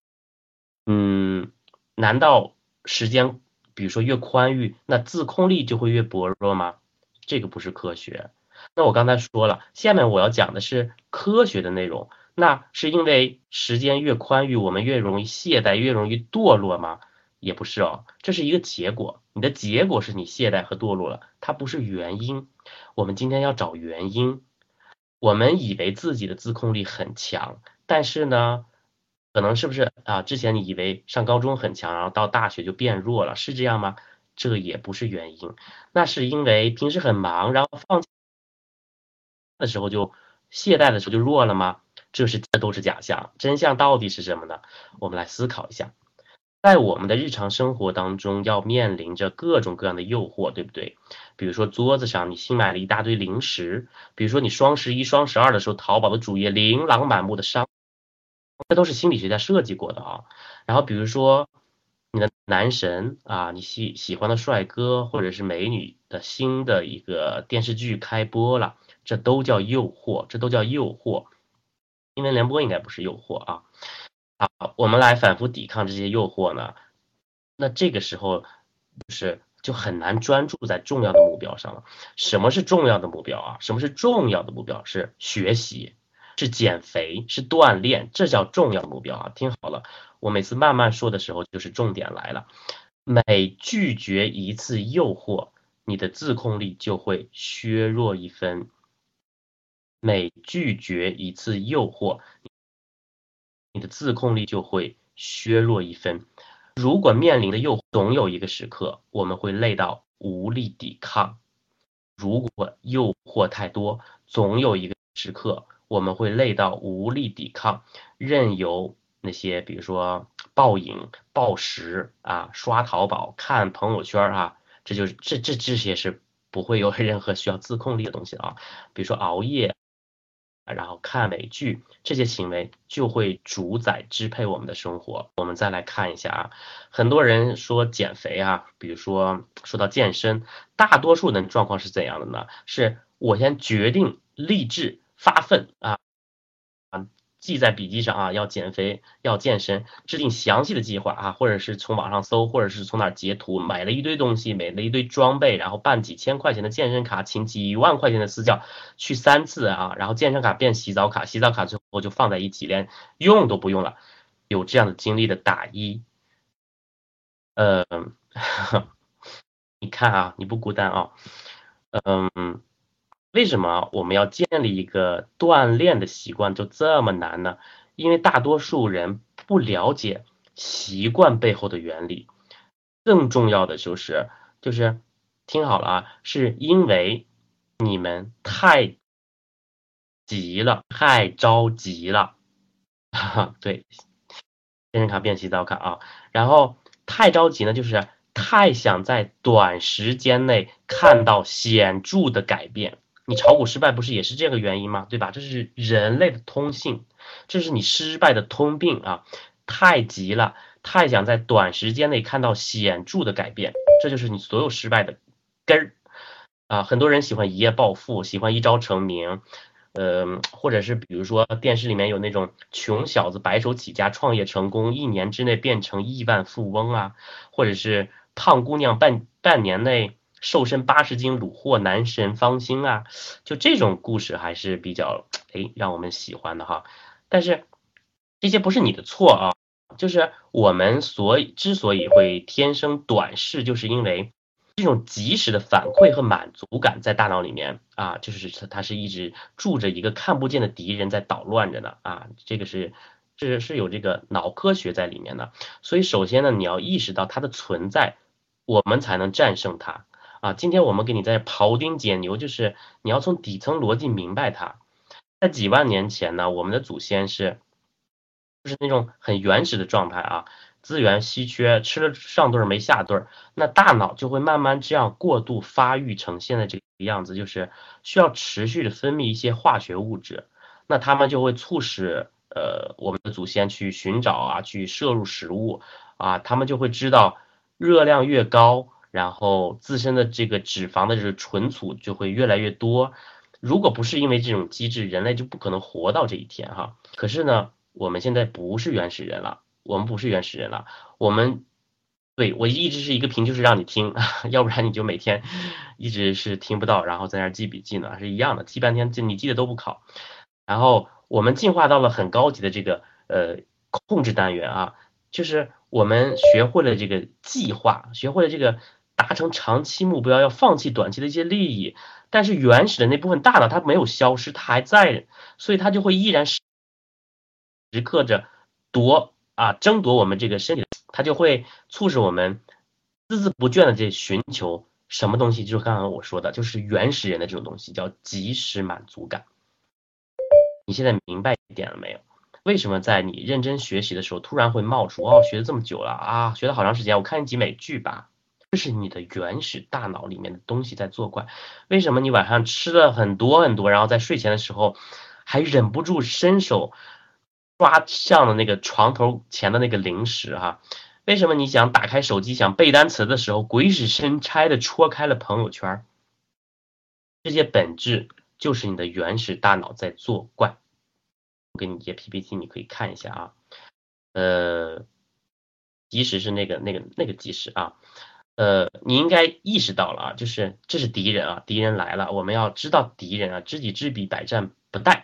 难道时间比如说越宽裕，那自控力就会越薄弱吗？这个不是科学。那我刚才说了，下面我要讲的是科学的内容。那是因为时间越宽裕，我们越容易懈怠，越容易堕落吗？也不是哦，这是一个结果。你的结果是你懈怠和堕落了，它不是原因。我们今天要找原因。我们以为自己的自控力很强，但是呢，可能是不是啊？之前你以为上高中很强，然后到大学就变弱了，是这样吗？这也不是原因，那是因为平时很忙，然后放假的时候就懈怠的时候就弱了吗？这都是假象，真相到底是什么呢？我们来思考一下。在我们的日常生活当中，要面临着各种各样的诱惑，对不对？比如说桌子上你新买了一大堆零食，比如说你双11、双12的时候，淘宝的主页琳琅满目的这都是心理学家设计过的啊。然后比如说你的男神啊，你喜欢的帅哥或者是美女的新的一个电视剧开播了，这都叫诱惑，这都叫诱惑。新闻联播应该不是诱惑啊。好，我们来反复抵抗这些诱惑呢，那这个时候就很难专注在重要的目标上了。什么是重要的目标啊？什么是重要的目标？是学习， 是减肥，是锻炼，这叫重要目标啊！听好了，我每次慢慢说的时候，就是重点来了。每拒绝一次诱惑，你的自控力就会削弱1分。每拒绝一次诱惑，你的自控力就会削弱1分。如果面临的诱惑，总有一个时刻我们会累到无力抵抗。如果诱惑太多，总有一个时刻我们会累到无力抵抗，任由那些比如说暴饮暴食啊，刷淘宝看朋友圈啊，这些是不会有任何需要自控力的东西啊。比如说熬夜，然后看美剧，这些行为就会主宰支配我们的生活。我们再来看一下啊，很多人说减肥啊，比如说说到健身，大多数人状况是怎样的呢？是我先决定立志发奋啊，记在笔记上啊，要减肥，要健身，制定详细的计划啊，或者是从网上搜，或者是从哪儿截图，买了一堆东西，买了一堆装备，然后办几千块钱的健身卡，请几万块钱的私教去3次啊，然后健身卡变洗澡卡，洗澡卡最后就放在一起，连用都不用了。有这样的经历的打一，你看啊，你不孤单啊，为什么我们要建立一个锻炼的习惯就这么难呢？因为大多数人不了解习惯背后的原理。更重要的就是听好了啊，是因为你们太急了，太着急了。对，健身卡变洗澡卡啊，然后太着急呢，就是太想在短时间内看到显著的改变。你炒股失败不是也是这个原因吗？对吧？这是人类的通性，这是你失败的通病啊！太急了，太想在短时间内看到显著的改变，这就是你所有失败的根儿啊！很多人喜欢一夜暴富，喜欢一朝成名，或者是比如说电视里面有那种穷小子白手起家创业成功，1年之内变成亿万富翁啊，或者是胖姑娘半年内瘦身80斤虏获男神芳心啊，就这种故事还是比较让我们喜欢的哈。但是这些不是你的错啊，就是我们之所以会天生短视，就是因为这种及时的反馈和满足感在大脑里面啊，就是它是一直住着一个看不见的敌人在捣乱着呢啊，这是有这个脑科学在里面的。所以首先呢，你要意识到它的存在，我们才能战胜它啊。今天我们给你在庖丁解牛，就是你要从底层逻辑明白它。在几万年前呢，我们的祖先就是那种很原始的状态啊，资源稀缺，吃了上顿没下顿，那大脑就会慢慢这样过度发育成现在这个样子，就是需要持续的分泌一些化学物质，那他们就会促使我们的祖先去寻找啊，去摄入食物啊，他们就会知道热量越高，然后自身的这个脂肪的这个存储就会越来越多。如果不是因为这种机制，人类就不可能活到这一天哈。可是呢，我们现在不是原始人了，对，我一直是一个评就是让你听，要不然你就每天一直是听不到，然后在那儿记笔记呢，是一样的，记半天你记得都不考。然后我们进化到了很高级的这个控制单元啊，就是我们学会了这个计划，学会了这个达成长期目标，要放弃短期的一些利益。但是原始的那部分大脑它没有消失，它还在，所以它就会依然时刻着争夺我们这个身体，它就会促使我们孜孜不倦的这寻求什么东西，就是刚刚我说的，就是原始人的这种东西，叫即时满足感。你现在明白一点了没有？为什么在你认真学习的时候，突然会冒出学了这么久了啊，学了好长时间，我看一集美剧吧？这是你的原始大脑里面的东西在作怪。为什么你晚上吃了很多很多，然后在睡前的时候还忍不住伸手抓向了那个床头前的那个零食哈？为什么你想打开手机想背单词的时候，鬼使神差的戳开了朋友圈？这些本质就是你的原始大脑在作怪。我给你一些 PPT， 你可以看一下啊。即使是那个即使啊。你应该意识到了啊，就是这是敌人啊，敌人来了，我们要知道敌人啊，知己知彼，百战不殆。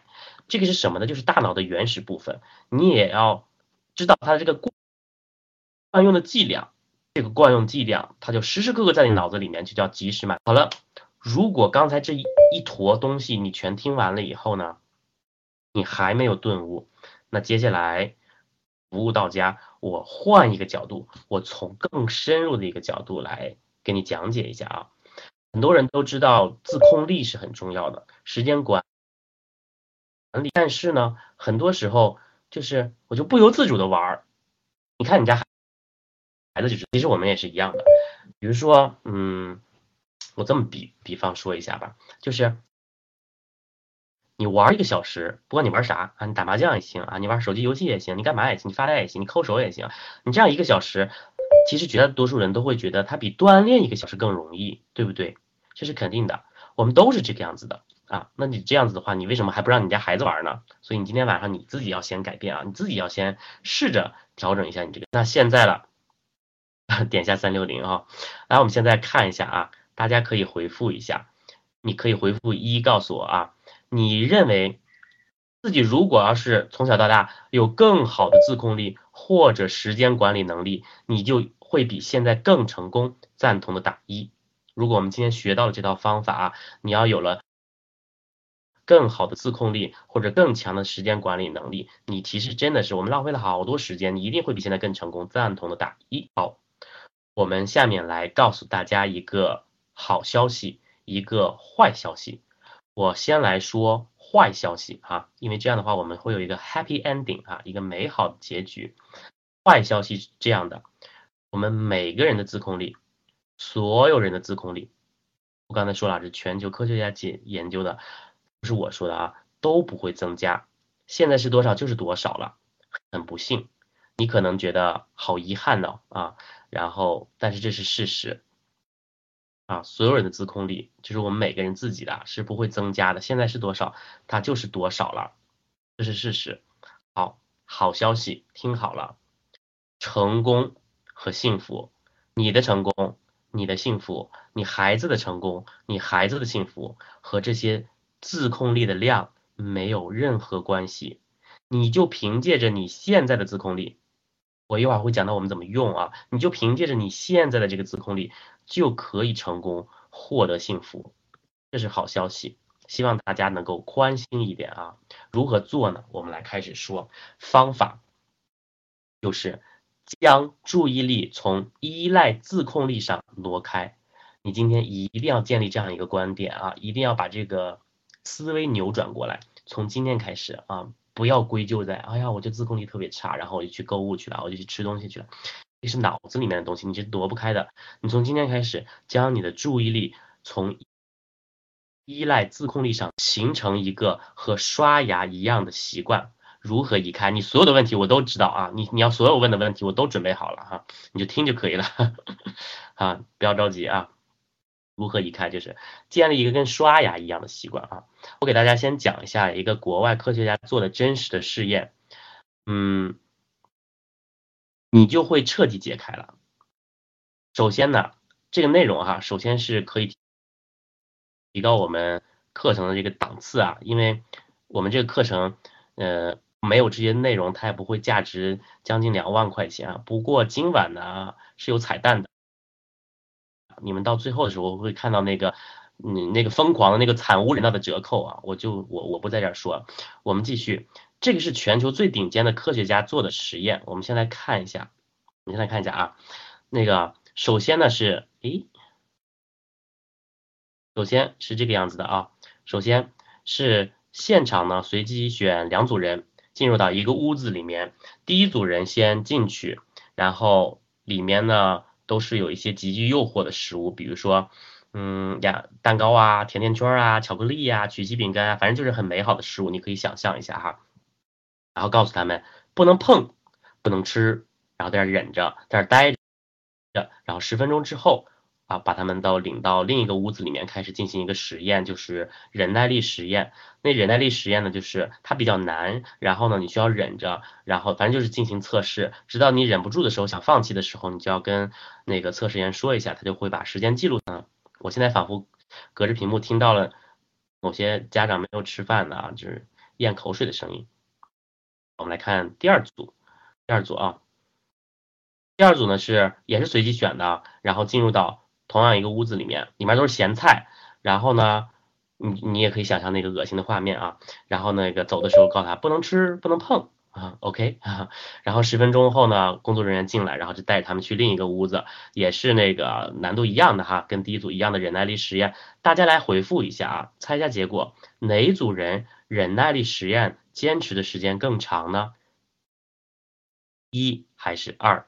这个是什么呢？就是大脑的原始部分，你也要知道它的这个惯用的剂量，这个惯用剂量它就时时刻刻在你脑子里面，就叫及时满。好了，如果刚才这一坨东西你全听完了以后呢，你还没有顿悟，那接下来服务到家，我换一个角度，我从更深入的一个角度来给你讲解一下啊。很多人都知道自控力是很重要的，时间管理，但是呢，很多时候就是我就不由自主的玩。你看你家孩子就是，其实我们也是一样的。比如说，我这么比方说一下吧，就是你玩1个小时，不管你玩啥啊，你打麻将也行啊，你玩手机游戏也行，你干嘛也行，你发呆也行，你抠手也行。你这样1个小时，其实绝大多数人都会觉得它比锻炼1个小时更容易，对不对？这是肯定的，我们都是这个样子的啊。那你这样子的话，你为什么还不让你家孩子玩呢？所以你今天晚上你自己要先改变啊，你自己要先试着调整一下你这个。那现在了，点一下360啊。来，我们现在看一下啊，大家可以回复一下，你可以回复1告诉我啊。你认为自己如果要是从小到大有更好的自控力或者时间管理能力，你就会比现在更成功，赞同的打1。如果我们今天学到了这套方法啊，你要有了更好的自控力或者更强的时间管理能力，你其实真的是我们浪费了好多时间，你一定会比现在更成功，赞同的打1。好，我们下面来告诉大家一个好消息，一个坏消息。我先来说坏消息啊，因为这样的话我们会有一个 happy ending 啊，一个美好的结局。坏消息是这样的，我们每个人的自控力，所有人的自控力，我刚才说了，是全球科学家研究的，不是我说的啊，都不会增加。现在是多少就是多少了，很不幸，你可能觉得好遗憾呢啊，然后但是这是事实。啊，所有人的自控力就是我们每个人自己的，是不会增加的。现在是多少，它就是多少了，这是事实。好消息，听好了，成功和幸福，你的成功，你的幸福，你孩子的成功，你孩子的幸福和这些自控力的量没有任何关系。你就凭借着你现在的自控力，我一会儿会讲到我们怎么用啊，你就凭借着你现在的这个自控力就可以成功获得幸福，这是好消息。希望大家能够宽心一点啊。如何做呢？我们来开始说方法，就是将注意力从依赖自控力上挪开。你今天一定要建立这样一个观点啊，一定要把这个思维扭转过来。从今天开始啊，不要归咎在哎呀，我这自控力特别差，然后我就去购物去了，我就去吃东西去了。这是脑子里面的东西，你是躲不开的。你从今天开始，将你的注意力从依赖自控力上形成一个和刷牙一样的习惯。如何移开？你所有的问题我都知道啊，你要所有问的问题我都准备好了哈，你就听就可以了啊，不要着急啊。如何移开？就是建立一个跟刷牙一样的习惯啊。我给大家先讲一下一个国外科学家做的真实的试验，你就会彻底解开了。首先呢，这个内容哈，首先是可以提高我们课程的这个档次啊，因为我们这个课程，没有这些内容，它也不会价值将近2万块钱啊。不过今晚呢是有彩蛋的，你们到最后的时候会看到那个，那个疯狂的那个惨无人道的折扣啊，我不在这儿说，我们继续。这个是全球最顶尖的科学家做的实验，我们先来看一下，啊，那个首先呢是，首先是这个样子的啊，首先是现场呢随机选2组人进入到一个屋子里面，第一组人先进去，然后里面呢都是有一些极具诱惑的食物，比如说蛋糕啊、甜甜圈啊、巧克力啊、曲奇饼干啊，反正就是很美好的食物，你可以想象一下哈。然后告诉他们不能碰，不能吃，然后在这忍着，在这待着，然后10分钟之后啊，把他们领到另一个屋子里面，开始进行一个实验，就是忍耐力实验。那忍耐力实验呢，就是它比较难，然后呢，你需要忍着，然后反正就是进行测试，直到你忍不住的时候，想放弃的时候，你就要跟那个测试员说一下，他就会把时间记录上。我现在仿佛隔着屏幕听到了某些家长没有吃饭的啊，就是咽口水的声音。我们来看第二组啊，第二组呢也是随机选的，然后进入到同样一个屋子里面，里面都是咸菜，然后呢，你也可以想象那个恶心的画面啊，然后那个走的时候告诉他不能吃不能碰啊 ，OK 啊，然后10分钟后呢，工作人员进来，然后就带着他们去另一个屋子，也是那个难度一样的哈，跟第一组一样的忍耐力实验，大家来回复一下啊，猜一下结果，哪一组人忍耐力实验坚持的时间更长呢？1还是2？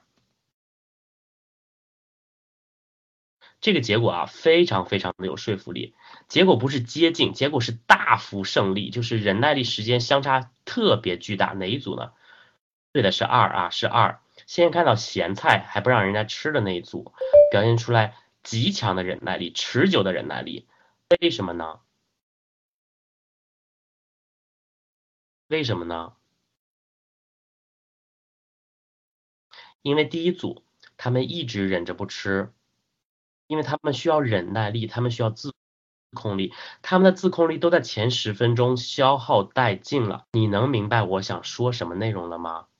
这个结果啊，非常非常的有说服力。结果不是接近，结果是大幅胜利，就是忍耐力时间相差特别巨大。哪一组呢？对的是2啊，是2。先看到咸菜还不让人家吃的那一组，表现出来极强的忍耐力，持久的忍耐力。为什么呢？为什么呢？因为第一组他们一直忍着不吃，因为他们需要忍耐力，他们需要自控力，他们的自控力都在前10分钟消耗殆尽了。你能明白我想说什么内容了吗？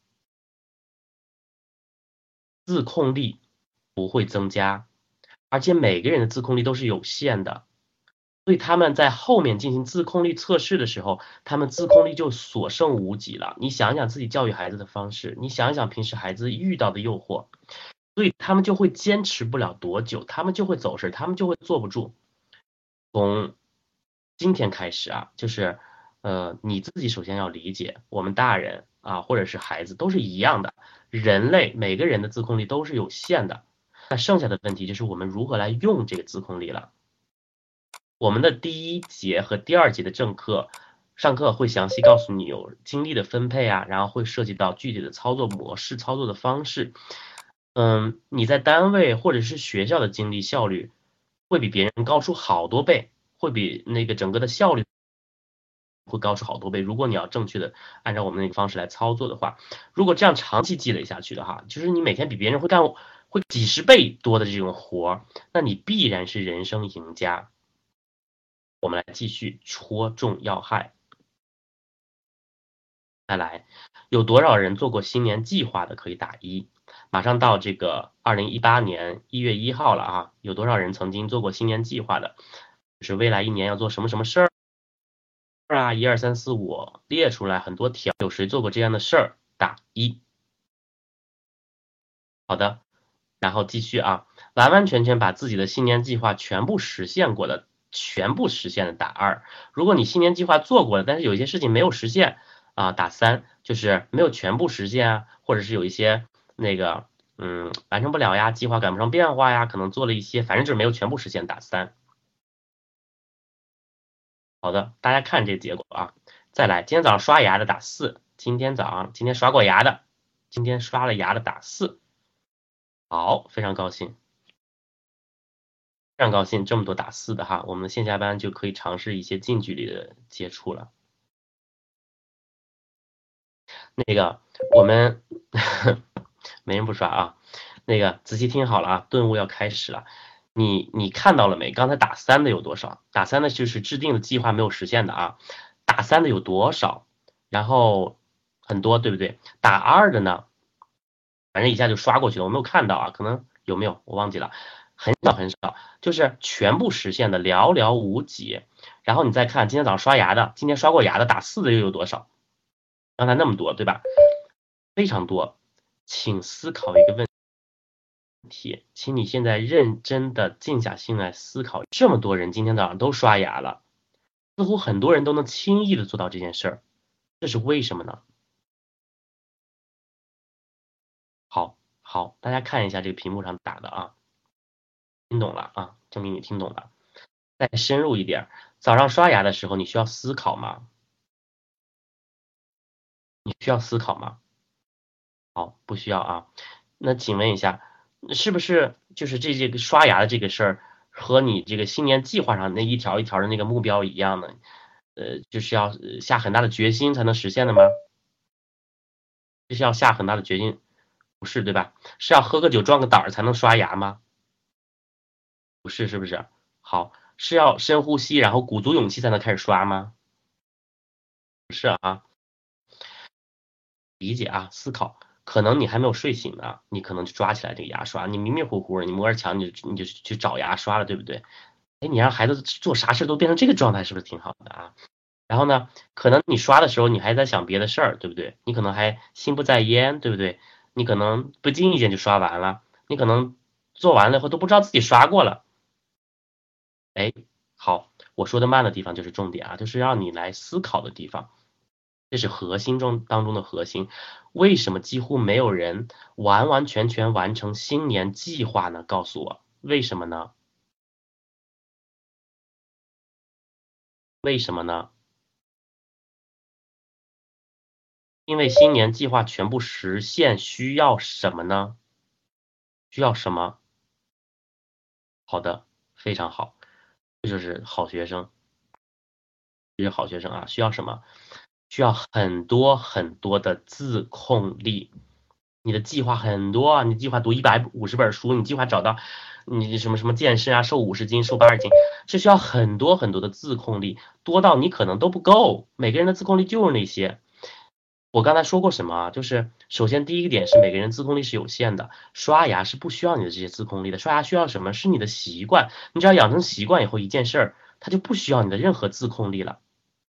自控力不会增加，而且每个人的自控力都是有限的，所以他们在后面进行自控力测试的时候，他们自控力就所剩无几了。你想一想自己教育孩子的方式，你想一想平时孩子遇到的诱惑，所以他们就会坚持不了多久，他们就会走神，他们就会坐不住。从今天开始啊，就是你自己首先要理解，我们大人啊，或者是孩子都是一样的，人类每个人的自控力都是有限的。那剩下的问题就是我们如何来用这个自控力了。我们的第1节和第2节的正课上课会详细告诉你有精力的分配啊，然后会涉及到具体的操作模式、操作的方式。你在单位或者是学校的精力效率会比别人高出好多倍，会比那个整个的效率会高出好多倍。如果你要正确的按照我们那个方式来操作的话，如果这样长期积累下去的话，就是你每天比别人会几10倍多的这种活，那你必然是人生赢家。我们来继续戳中要害。再来，有多少人做过新年计划的可以打1。马上到这个2018年1月1号了啊，有多少人曾经做过新年计划的？就是未来1年要做什么什么事儿啊，1、2、3、4、5列出来很多条，有谁做过这样的事儿？打1。好的，然后继续啊，完完全全把自己的新年计划全部实现过的，全部实现的打2。如果你新年计划做过了，但是有一些事情没有实现啊，打3，就是没有全部实现啊，或者是有一些那个完成不了呀，计划赶不上变化呀，可能做了一些，反正就是没有全部实现，打3。好的，大家看这个结果啊，再来，今天早上刷牙的打4，今天刷过牙的，今天刷了牙的打4。好，非常高兴，非常高兴，这么多打4的哈，我们的线下班就可以尝试一些近距离的接触了。那个我们没人不刷啊，那个仔细听好了啊，顿悟要开始了。你看到了没？刚才打3的有多少？打3的就是制定的计划没有实现的啊。打3的有多少？然后很多，对不对？打2的呢？反正一下就刷过去了，我没有看到啊，可能有没有我忘记了，很少很少，就是全部实现的寥寥无几。然后你再看今天早上刷牙的，今天刷过牙的打4的又有多少？刚才那么多，对吧？非常多。请思考一个问题，请你现在认真的静下心来思考，这么多人今天早上都刷牙了，似乎很多人都能轻易的做到这件事儿，这是为什么呢？好，大家看一下这个屏幕上打的啊，听懂了啊，证明你听懂了。再深入一点，早上刷牙的时候你需要思考吗？你需要思考吗？好，不需要啊。那请问一下，是不是就是这个刷牙的这个事儿和你这个新年计划上那一条一条的那个目标一样的？就是要下很大的决心才能实现的吗？就是要下很大的决心，不是对吧？是要喝个酒壮个胆儿才能刷牙吗？不是，是不是？好，是要深呼吸，然后鼓足勇气才能开始刷吗？ 是啊，理解啊，思考。可能你还没有睡醒呢，你可能就抓起来这个牙刷，你迷迷糊糊，你摸着墙你就去找牙刷了，对不对？哎，你让孩子做啥事都变成这个状态，是不是挺好的啊？然后呢，可能你刷的时候你还在想别的事儿，对不对？你可能还心不在焉，对不对？你可能不经意间就刷完了，你可能做完了以后都不知道自己刷过了。哎，好，我说的慢的地方就是重点啊，就是让你来思考的地方，这是核心当中的核心。为什么几乎没有人完完全全完成新年计划呢？告诉我，为什么呢？为什么呢？因为新年计划全部实现需要什么呢？需要什么？好的，非常好，这就是好学生，这是好学生啊！需要什么？需要很多很多的自控力。你的计划很多啊，你计划读150本书，你计划找到你什么什么健身啊，瘦50斤、瘦80斤，是需要很多很多的自控力，多到你可能都不够。每个人的自控力就是那些。我刚才说过什么啊？就是首先第一个点是每个人自控力是有限的，刷牙是不需要你的这些自控力的，刷牙需要什么？是你的习惯，你只要养成习惯以后，一件事儿它就不需要你的任何自控力了。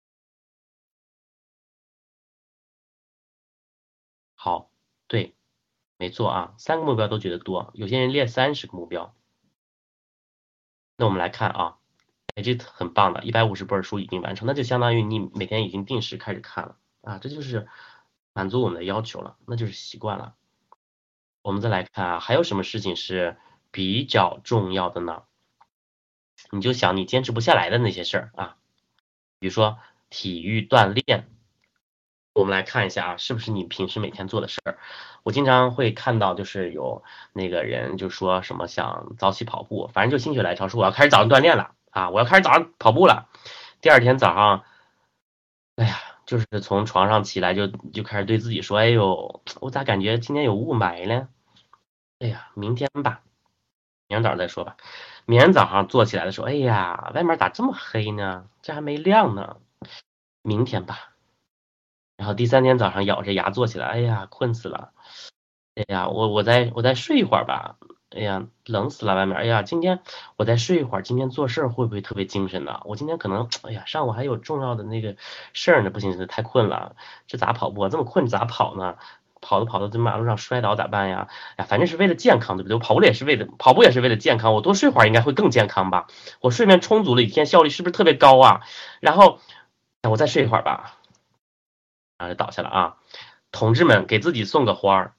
好，对，没错啊，3个目标都觉得多，有些人列30个目标。那我们来看啊，哎，这很棒的，150本书已经完成，那就相当于你每天已经定时开始看了啊，这就是满足我们的要求了，那就是习惯了。我们再来看啊，还有什么事情是比较重要的呢？你就想你坚持不下来的那些事儿啊，比如说体育锻炼，我们来看一下啊，是不是你平时每天做的事儿？我经常会看到，就是有那个人就说什么想早起跑步，反正就心血来潮说我要开始早上锻炼了啊，我要开始早上跑步了。第二天早上，哎呀，就是从床上起来就开始对自己说，哎呦，我咋感觉今天有雾霾呢？哎呀，明天吧，明天早上再说吧。明天早上坐起来的时候，哎呀，外面咋这么黑呢？这还没亮呢。明天吧。然后第三天早上咬着牙坐起来，哎呀，困死了。哎呀，我再睡一会儿吧。哎呀，冷死了外面。哎呀，今天我再睡一会儿，今天做事儿会不会特别精神呢？我今天可能，哎呀，上午还有重要的那个事儿呢，不行，这太困了。这咋跑步啊？这么困咋跑呢？跑着在马路上摔倒咋办呀？哎，反正是为了健康，对不对？跑步也是为了健康，我多睡会儿应该会更健康吧？我睡眠充足了，一天效率是不是特别高啊？然后，哎我再睡一会儿吧。然后就倒下了啊。同志们，给自己送个花儿。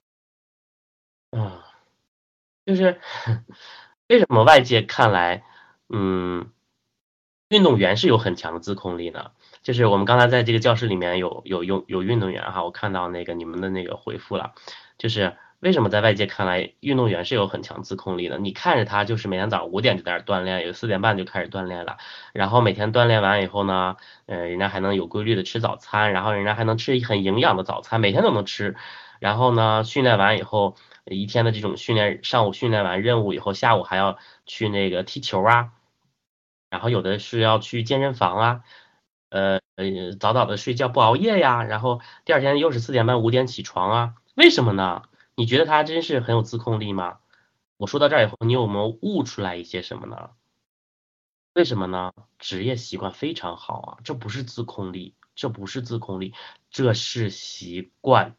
啊，就是为什么外界看来，嗯，运动员是有很强的自控力呢？就是我们刚才在这个教室里面有运动员哈，我看到那个你们的那个回复了，就是为什么在外界看来运动员是有很强自控力的？你看着他就是每天早上5点就在那儿锻炼，有4点半就开始锻炼了，然后每天锻炼完以后呢，人家还能有规律的吃早餐，然后人家还能吃很营养的早餐，每天都能吃，然后呢，训练完以后。一天的这种训练，上午训练完任务以后，下午还要去那个踢球啊，然后有的是要去健身房啊，早早的睡觉不熬夜呀，然后第二天又是4点半5点起床啊，为什么呢？你觉得他真是很有自控力吗？我说到这儿以后，你有没有悟出来一些什么呢？为什么呢？职业习惯非常好啊，这不是自控力，这不是自控力，这是习惯。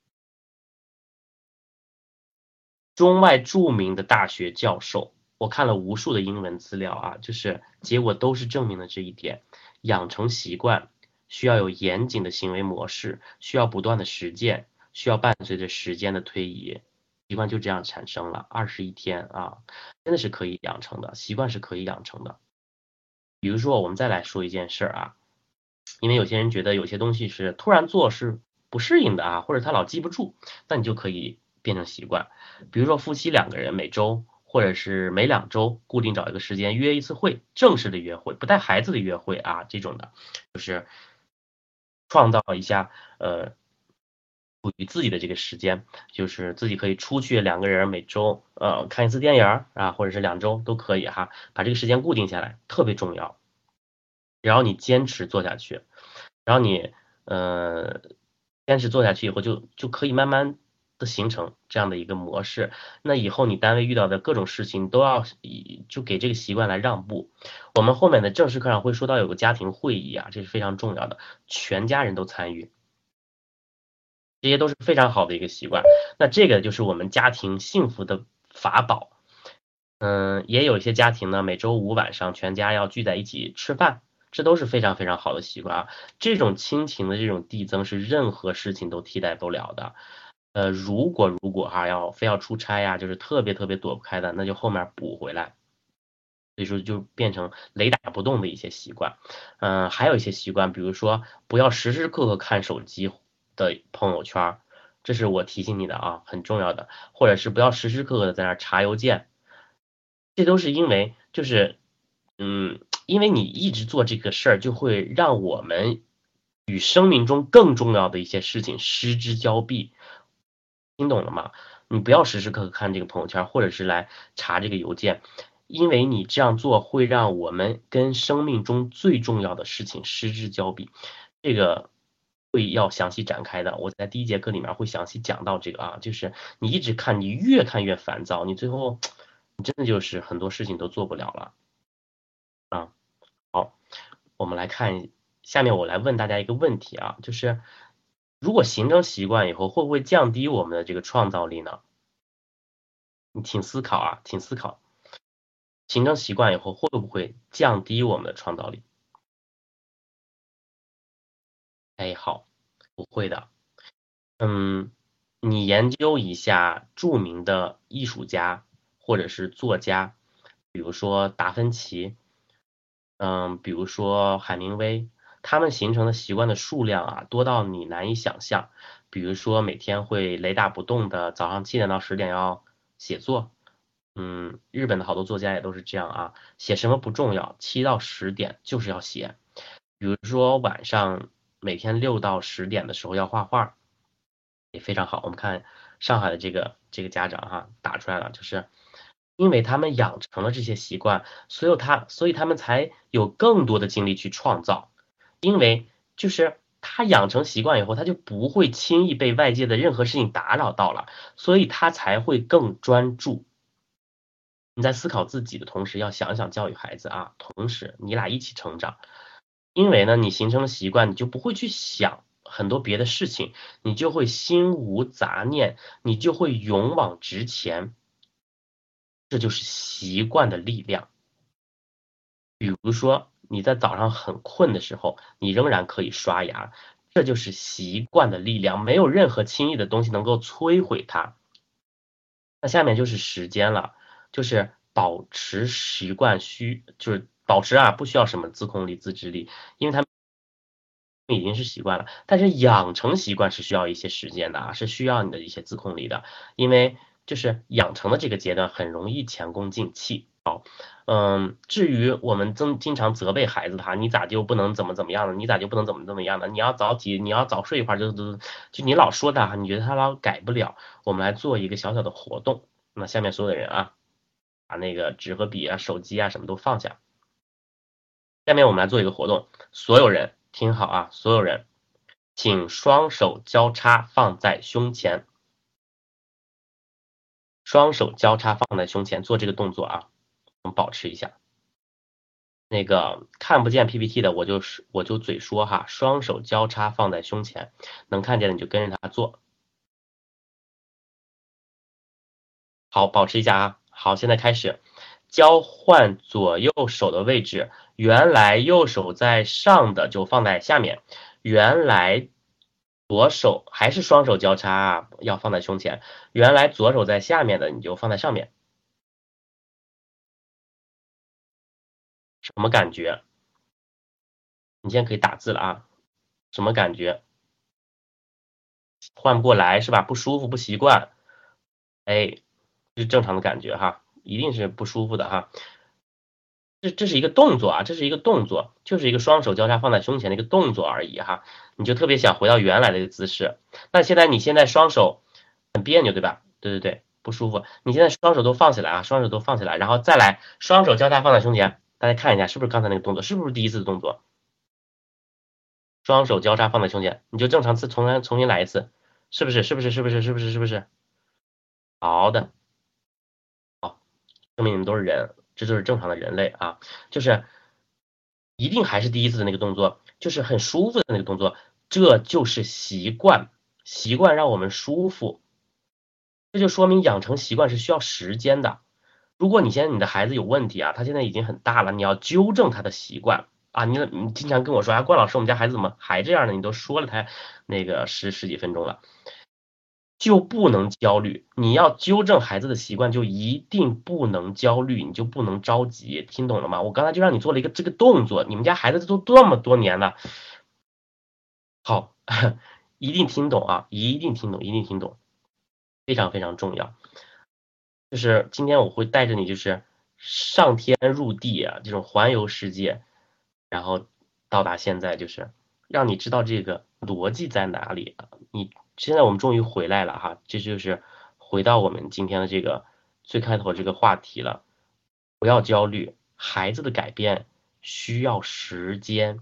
中外著名的大学教授，我看了无数的英文资料啊，就是结果都是证明了这一点。养成习惯需要有严谨的行为模式，需要不断的实践，需要伴随着时间的推移，习惯就这样产生了。21天啊，真的是可以养成的，习惯是可以养成的。比如说，我们再来说一件事儿啊，因为有些人觉得有些东西是突然做是不适应的啊，或者他老记不住，那你就可以变成习惯。比如说夫妻2个人每周或者是每2周固定找一个时间约一次会，正式的约会，不带孩子的约会啊，这种的，就是创造一下属于自己的这个时间，就是自己可以出去2个人每周看一次电影啊，或者是2周都可以哈，把这个时间固定下来，特别重要。然后你坚持做下去， 然后你坚持做下去以后就可以慢慢的形成这样的一个模式。那以后你单位遇到的各种事情都要就给这个习惯来让步。我们后面的正式课上会说到有个家庭会议啊，这是非常重要的，全家人都参与，这些都是非常好的一个习惯。那这个就是我们家庭幸福的法宝。也有一些家庭呢，每周五晚上全家要聚在一起吃饭，这都是非常非常好的习惯啊。这种亲情的这种递增是任何事情都替代不了的。如果非要出差呀，就是特别特别躲不开的，那就后面补回来。所以说就变成雷打不动的一些习惯。还有一些习惯，比如说不要时时刻刻看手机的朋友圈，这是我提醒你的啊，很重要的。或者是不要时时刻刻的在那查邮件，这都是因为因为你一直做这个事儿，就会让我们与生命中更重要的一些事情失之交臂。听懂了吗？你不要时时刻刻看这个朋友圈，或者是来查这个邮件，因为你这样做会让我们跟生命中最重要的事情失之交臂。这个会要详细展开的，我在第1节课里面会详细讲到这个啊，就是你一直看，你越看越烦躁，你最后你真的就是很多事情都做不了了啊。好，我们来看下面，我来问大家一个问题啊，就是如果形成习惯以后，会不会降低我们的这个创造力呢？你请思考啊，请思考，形成习惯以后会不会降低我们的创造力？哎，好，不会的。你研究一下著名的艺术家或者是作家，比如说达芬奇，比如说海明威，他们形成的习惯的数量啊，多到你难以想象。比如说每天会雷打不动的早上7点到10点要写作，日本的好多作家也都是这样啊，写什么不重要，7到10点就是要写。比如说晚上每天6到10点的时候要画画，也非常好。我们看上海的这个家长哈打出来了，就是因为他们养成了这些习惯，所以他们才有更多的精力去创造。因为就是他养成习惯以后，他就不会轻易被外界的任何事情打扰到了，所以他才会更专注。你在思考自己的同时，要想想教育孩子啊，同时你俩一起成长。因为呢，你形成了习惯，你就不会去想很多别的事情，你就会心无杂念，你就会勇往直前。这就是习惯的力量。比如说你在早上很困的时候，你仍然可以刷牙，这就是习惯的力量，没有任何轻易的东西能够摧毁它。那下面就是时间了，就是保持习惯就是保持啊，不需要什么自控力、自制力，因为他们已经是习惯了。但是养成习惯是需要一些时间的啊，是需要你的一些自控力的，因为就是养成的这个阶段很容易前功尽弃。至于我们经常责备孩子他，你咋就不能怎么样呢？你咋就不能怎么样呢？你要早起，你要早睡一会儿，就你老说他，你觉得他老改不了。我们来做一个小小的活动。那下面所有的人啊，把那个纸和笔啊、手机啊什么都放下。下面我们来做一个活动，所有人听好啊，所有人，请双手交叉放在胸前，双手交叉放在胸前，做这个动作啊，我们保持一下。那个看不见 PPT 的，我就嘴说哈，双手交叉放在胸前，能看见的你就跟着他做。好，保持一下啊。好，现在开始交换左右手的位置，原来右手在上的就放在下面，原来左手还是双手交叉啊，要放在胸前，原来左手在下面的你就放在上面。什么感觉？你现在可以打字了啊。什么感觉？换不过来是吧？不舒服，不习惯。哎，这是正常的感觉哈，一定是不舒服的哈。这是一个动作啊，这是一个动作，就是一个双手交叉放在胸前的一个动作而已哈。你就特别想回到原来的一个姿势。那你现在双手很别扭对吧？对，不舒服。你现在双手都放起来啊，双手都放起来，然后再来双手交叉放在胸前，大家看一下是不是刚才那个动作，是不是第一次的动作？ 双手交叉放在胸前，你就正常重新来一次，是不是？好的，好，证明你们都是人，这就是正常的人类啊，就是一定还是第一次的那个动作，就是很舒服的那个动作，这就是习惯，习惯让我们舒服，这就说明养成习惯是需要时间的。如果你现在你的孩子有问题啊，他现在已经很大了，你要纠正他的习惯啊。你经常跟我说，啊，关老师，我们家孩子怎么还这样呢？你都说了他那个十几分钟了，就不能焦虑。你要纠正孩子的习惯，就一定不能焦虑，你就不能着急，听懂了吗？我刚才就让你做了一个这个动作，你们家孩子都这么多年了，好，一定听懂啊，一定听懂，一定听懂，非常非常重要。就是今天我会带着你，就是上天入地啊，这种环游世界，然后到达现在，就是让你知道这个逻辑在哪里啊。你现在我们终于回来了哈，这就是回到我们今天的这个最开头这个话题了。不要焦虑，孩子的改变需要时间，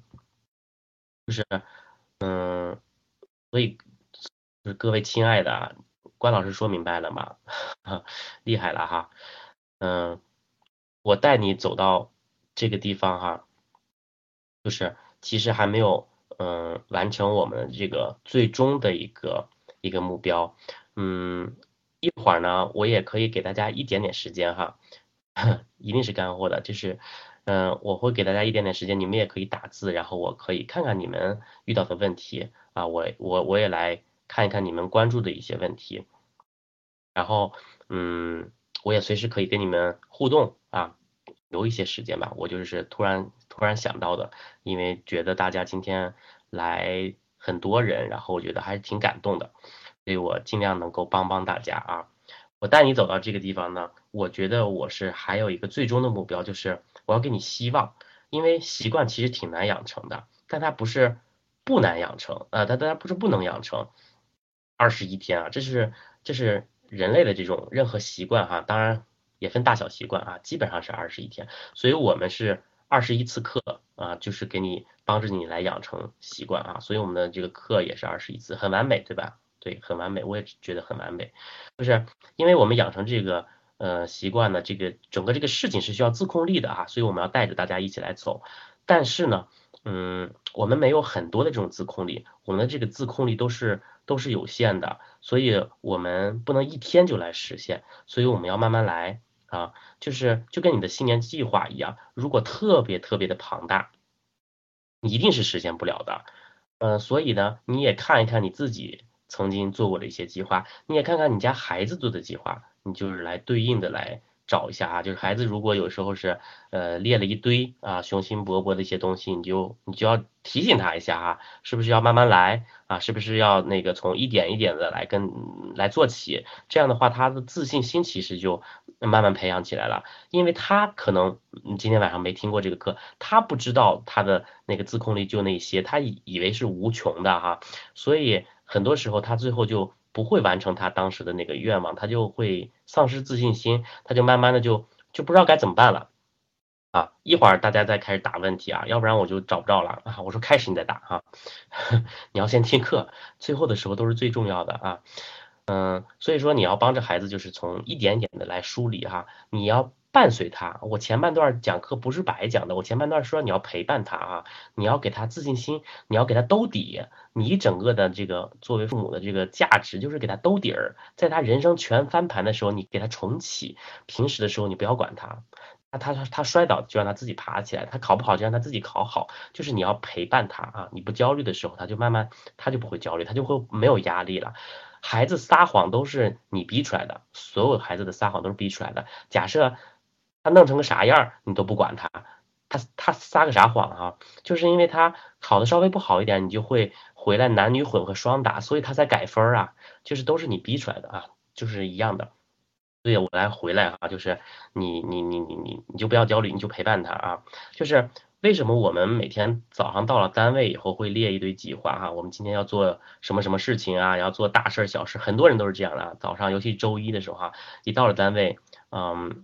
所以就是各位亲爱的啊，关老师说明白了吗？厉害了哈，我带你走到这个地方哈，就是其实还没有完成我们这个最终的一个目标，一会儿呢我也可以给大家一点点时间哈，一定是干货的，就是我会给大家一点点时间，你们也可以打字，然后我可以看看你们遇到的问题啊，我也来看一看你们关注的一些问题，然后我也随时可以跟你们互动啊，留一些时间吧。我就是突然想到的，因为觉得大家今天来很多人，然后我觉得还是挺感动的，所以我尽量能够帮大家啊。我带你走到这个地方呢，我觉得我是还有一个最终的目标，就是我要给你希望，因为习惯其实挺难养成的，但它不是不难养成，它不是不能养成，21天啊，这是人类的这种任何习惯哈，当然也分大小习惯啊，基本上是21天，所以我们是21次课啊，就是给你帮着你来养成习惯啊，所以我们的这个课也是21次，很完美，对吧？对，很完美，我也觉得很完美，就是因为我们养成这个习惯呢，这个整个这个事情是需要自控力的啊，所以我们要带着大家一起来走，但是呢。我们没有很多的这种自控力，我们的这个自控力都是有限的，所以我们不能一天就来实现，所以我们要慢慢来啊，就跟你的新年计划一样，如果特别特别的庞大，你一定是实现不了的。所以呢，你也看一看你自己曾经做过的一些计划，你也看看你家孩子做的计划，你就是来对应的来找一下啊。就是孩子如果有时候是列了一堆啊雄心勃勃的一些东西，你就要提醒他一下哈，是不是要慢慢来啊？是不是要那个从一点一点的来做起？这样的话，他的自信心其实就慢慢培养起来了。因为他可能今天晚上没听过这个课，他不知道他的那个自控力就那些，他以为是无穷的哈，所以很多时候他最后就不会完成他当时的那个愿望，他就会丧失自信心，他就慢慢的就不知道该怎么办了。啊，一会儿大家再开始打问题啊，要不然我就找不着了啊。我说开始你再打啊，你要先听课，最后的时候都是最重要的啊。所以说你要帮着孩子，就是从一点点的来梳理哈，你要伴随他。我前半段讲课不是白讲的，我前半段说你要陪伴他啊，你要给他自信心，你要给他兜底，你整个的这个作为父母的这个价值就是给他兜底儿，在他人生全翻盘的时候，你给他重启，平时的时候你不要管他。他摔倒就让他自己爬起来，他考不好就让他自己考好，就是你要陪伴他啊，你不焦虑的时候，他就慢慢他就不会焦虑，他就会没有压力了。孩子撒谎都是你逼出来的，所有孩子的撒谎都是逼出来的。假设他弄成个啥样你都不管他，他撒个啥谎啊？就是因为他考的稍微不好一点，你就会回来男女混合双打，所以他才改分啊，就是都是你逼出来的啊，就是一样的。对，我来回来哈，就是你就不要焦虑，你就陪伴他啊。就是为什么我们每天早上到了单位以后会列一堆计划哈，我们今天要做什么什么事情啊，要做大事小事，很多人都是这样的啊。早上尤其周一的时候哈，一到了单位，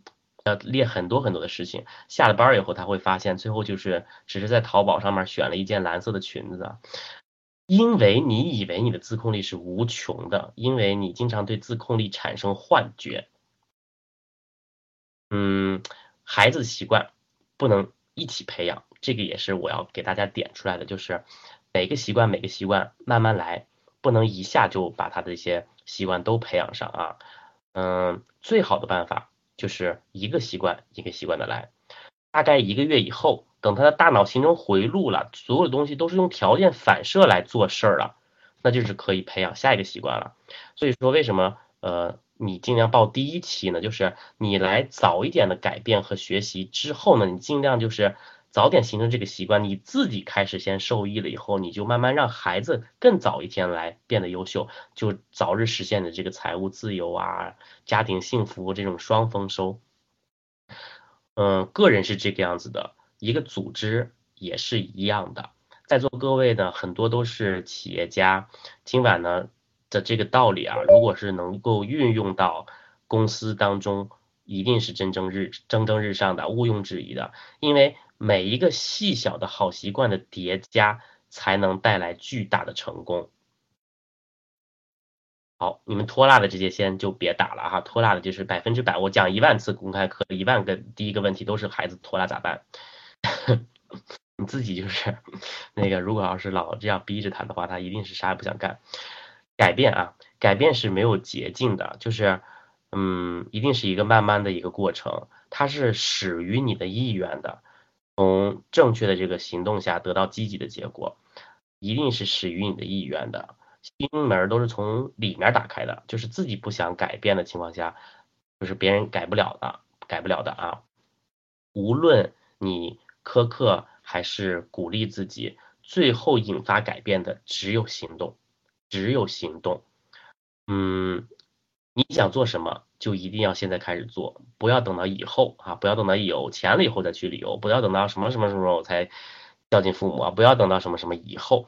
要列很多很多的事情。下了班以后，他会发现最后就是只是在淘宝上面选了一件蓝色的裙子，因为你以为你的自控力是无穷的，因为你经常对自控力产生幻觉。孩子的习惯不能一起培养，这个也是我要给大家点出来的，就是每个习惯慢慢来，不能一下就把他的一些习惯都培养上啊。最好的办法就是一个习惯一个习惯的来，大概1个月以后，等他的大脑形成回路了，所有的东西都是用条件反射来做事儿了，那就是可以培养下一个习惯了。所以说为什么你尽量报第1期呢？就是你来早一点的改变和学习之后呢，你尽量就是早点形成这个习惯，你自己开始先受益了以后，你就慢慢让孩子更早一天来变得优秀，就早日实现的这个财务自由啊，家庭幸福这种双丰收。个人是这个样子的，一个组织也是一样的。在座各位呢，很多都是企业家，今晚呢的这个道理啊，如果是能够运用到公司当中，一定是蒸蒸日上的，毋庸置疑的。因为每一个细小的好习惯的叠加，才能带来巨大的成功。好，你们拖拉的这些先就别打了哈，拖拉的就是100%。我讲10000次公开课，10000个第一个问题都是孩子拖拉咋办？你自己就是那个，如果要是老这样逼着他的话，他一定是啥也不想干。改变是没有捷径的，就是一定是一个慢慢的一个过程，它是始于你的意愿的，从正确的这个行动下得到积极的结果，一定是始于你的意愿的。心门都是从里面打开的，就是自己不想改变的情况下，就是别人改不了的啊。无论你苛刻还是鼓励自己，最后引发改变的只有行动。你想做什么就一定要现在开始做，不要等到以后啊，不要等到有钱了以后再去旅游，不要等到什么时候才孝敬父母啊，不要等到什么以后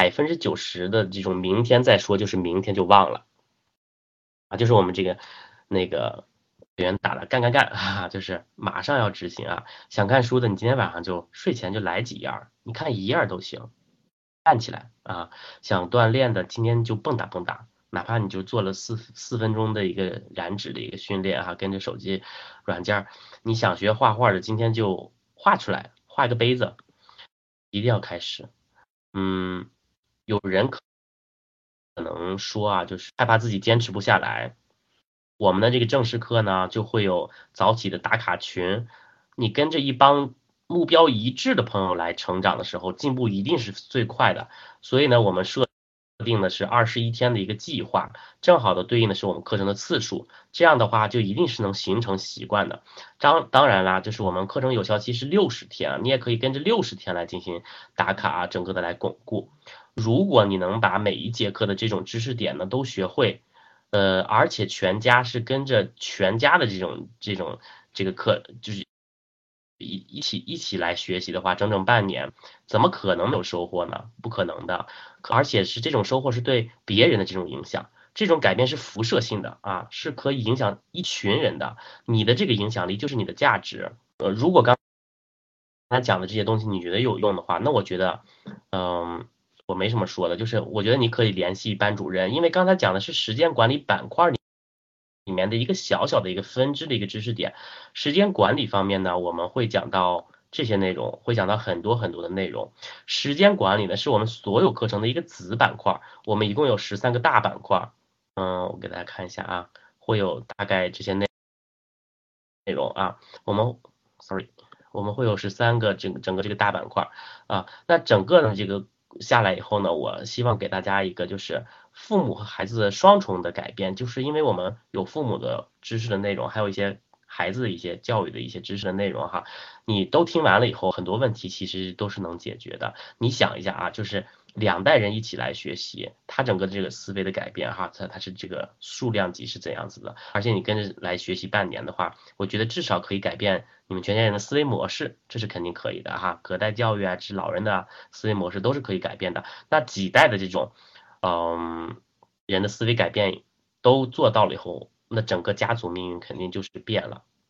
，90%的这种明天再说，就是明天就忘了啊，就是我们这个那个学员打的干啊，就是马上要执行啊。想看书的，你今天晚上就睡前就来几页，你看1页都行，干起来啊。想锻炼的，今天就蹦跶，哪怕你就做了4分钟的一个燃脂的一个训练哈，跟着手机软件。你想学画画的，今天就画出来，画一个杯子，一定要开始。有人可能说啊，就是害怕自己坚持不下来。我们的这个正式课呢，就会有早起的打卡群，你跟着一帮目标一致的朋友来成长的时候，进步一定是最快的。所以呢，我们设定的是21天的一个计划，正好的对应的是我们课程的次数，这样的话就一定是能形成习惯的。当然啦，就是我们课程有效期是60天啊，你也可以跟着60天来进行打卡啊，整个的来巩固。如果你能把每一节课的这种知识点呢都学会，而且全家是跟着全家的这个课，就是一起来学习的话，整整半年，怎么可能没有收获呢？不可能的，而且是这种收获是对别人的这种影响，这种改变是辐射性的啊，是可以影响一群人的。你的这个影响力就是你的价值。如果刚才讲的这些东西你觉得有用的话，那我觉得，我没什么说的，就是我觉得你可以联系班主任，因为刚才讲的是时间管理板块里面的一个小小的一个分支的一个知识点。时间管理方面呢，我们会讲到这些内容，会讲到很多的内容。时间管理呢，是我们所有课程的一个子板块，我们一共有13个大板块。我给大家看一下啊，会有大概这些内容啊，我们会有13个整个这个大板块啊。那整个的这个下来以后呢，我希望给大家一个就是父母和孩子的双重的改变，就是因为我们有父母的知识的内容，还有一些孩子的一些教育的一些知识的内容哈，你都听完了以后，很多问题其实都是能解决的。你想一下啊，就是2代人一起来学习，他整个这个思维的改变哈，它是这个数量级是怎样子的，而且你跟着来学习半年的话，我觉得至少可以改变你们全家人的思维模式，这是肯定可以的哈。隔代教育啊，是老人的思维模式都是可以改变的。那几代的这种人的思维改变都做到了以后，那整个家族命运肯定就是变了。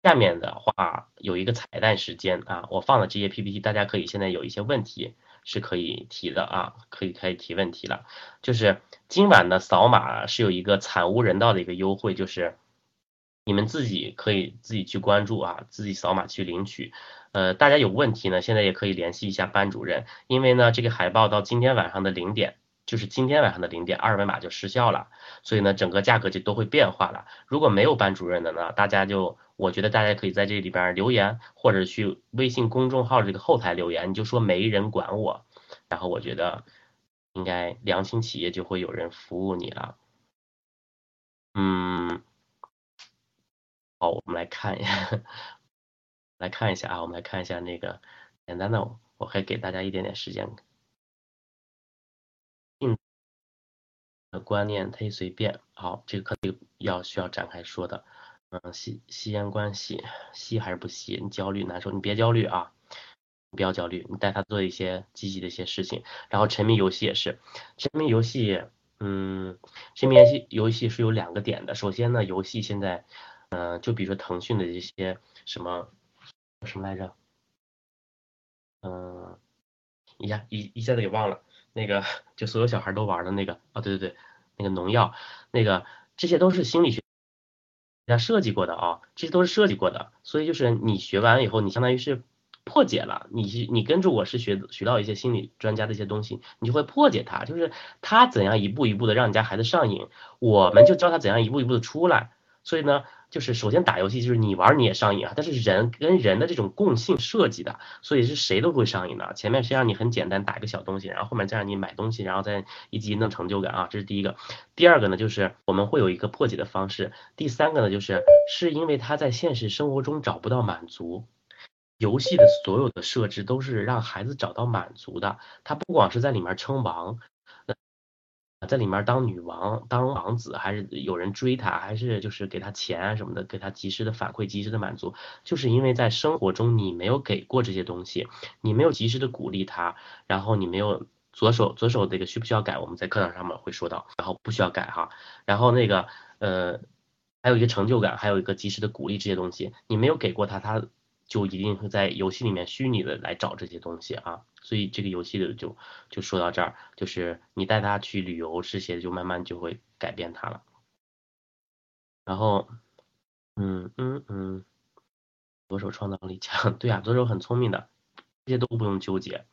下面的话有一个彩蛋时间啊，我放了这些 PPT，大家可以现在有一些问题是可以提的啊，可以提问题了。就是今晚的扫码是有一个惨无人道的一个优惠，就是你们自己可以自己去关注啊，自己扫码去领取。大家有问题呢，现在也可以联系一下班主任，因为呢这个海报到今天晚上的0点，就是今天晚上的0点，二维码就失效了，所以呢整个价格就都会变化了。如果没有班主任的呢，我觉得大家可以在这里边留言，或者去微信公众号这个后台留言，你就说没人管我，然后我觉得应该良心企业就会有人服务你了。好，我们来看一下，来看一下啊，我们来看一下那个简单的，我还给大家一点点时间。的观念忒随便，好，这个课题需要展开说的。吸烟关系，吸还是不吸？你焦虑难受，你别焦虑啊，不要焦虑，你带他做一些积极的一些事情。然后沉迷游戏也是，沉迷游戏，游戏是有2个点的。首先呢，游戏现在，就比如说腾讯的这些什么来着，一下子给忘了，那个就所有小孩都玩的那个，对对对，那个农药，那个这些都是心理学家设计过的啊，这些都是设计过的，所以就是你学完以后，你相当于是破解了，你跟着我是学到一些心理专家的一些东西，你就会破解它，就是他怎样一步一步的让你家孩子上瘾，我们就教他怎样一步一步的出来。所以呢，就是首先打游戏就是你玩你也上瘾啊，但是人跟人的这种共性设计的，所以是谁都会上瘾的。前面先让你很简单打一个小东西，然后后面再让你买东西，然后再一级弄成就感啊，这是第一个。第二个呢，就是我们会有一个破解的方式。第三个呢，是因为他在现实生活中找不到满足。游戏的所有的设置都是让孩子找到满足的，他不光是在里面称王，在里面当女王、当王子，还是有人追他，还是就是给他钱啊什么的，给他及时的反馈、及时的满足，就是因为在生活中你没有给过这些东西，你没有及时的鼓励他，然后你没有左手这个需不需要改，我们在课堂上面会说到，然后不需要改哈，然后那个还有一个成就感，还有一个及时的鼓励这些东西，你没有给过他，他就一定会在游戏里面虚拟的来找这些东西啊。所以这个游戏的就说到这儿，就是你带他去旅游这些，就慢慢就会改变他了。然后，左手创造力强，对啊，左手很聪明的，这些都不用纠结。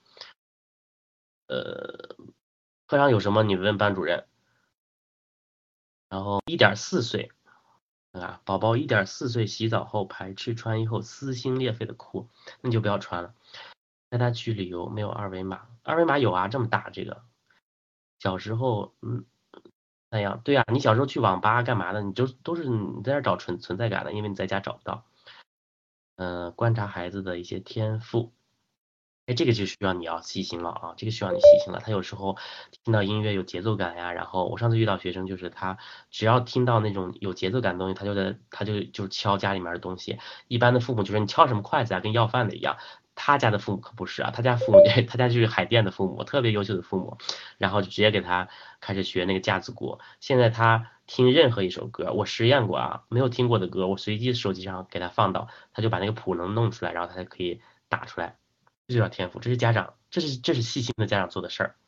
课上有什么你问班主任。然后1.4岁。啊，宝宝1.4岁洗澡后排斥穿衣后撕心裂肺的哭，那你就不要穿了。带他去旅游没有二维码？二维码有啊，这么大这个。小时候，那样，对啊，你小时候去网吧干嘛的？你都是你在那找存在感的，因为你在家找不到。观察孩子的一些天赋。这个就需要你要细心了啊，这个需要你细心了。他有时候听到音乐有节奏感呀，然后我上次遇到学生，就是他只要听到那种有节奏感的东西，他就敲家里面的东西。一般的父母就说你敲什么筷子啊，跟要饭的一样。他家的父母可不是啊，他家就是海淀的父母，特别优秀的父母，然后就直接给他开始学那个架子鼓。现在他听任何一首歌，我实验过啊，没有听过的歌，我随机手机上给他放到，他就把那个谱能弄出来，然后他才可以打出来。这就叫天赋，这是家长，这是细心的家长做的事儿。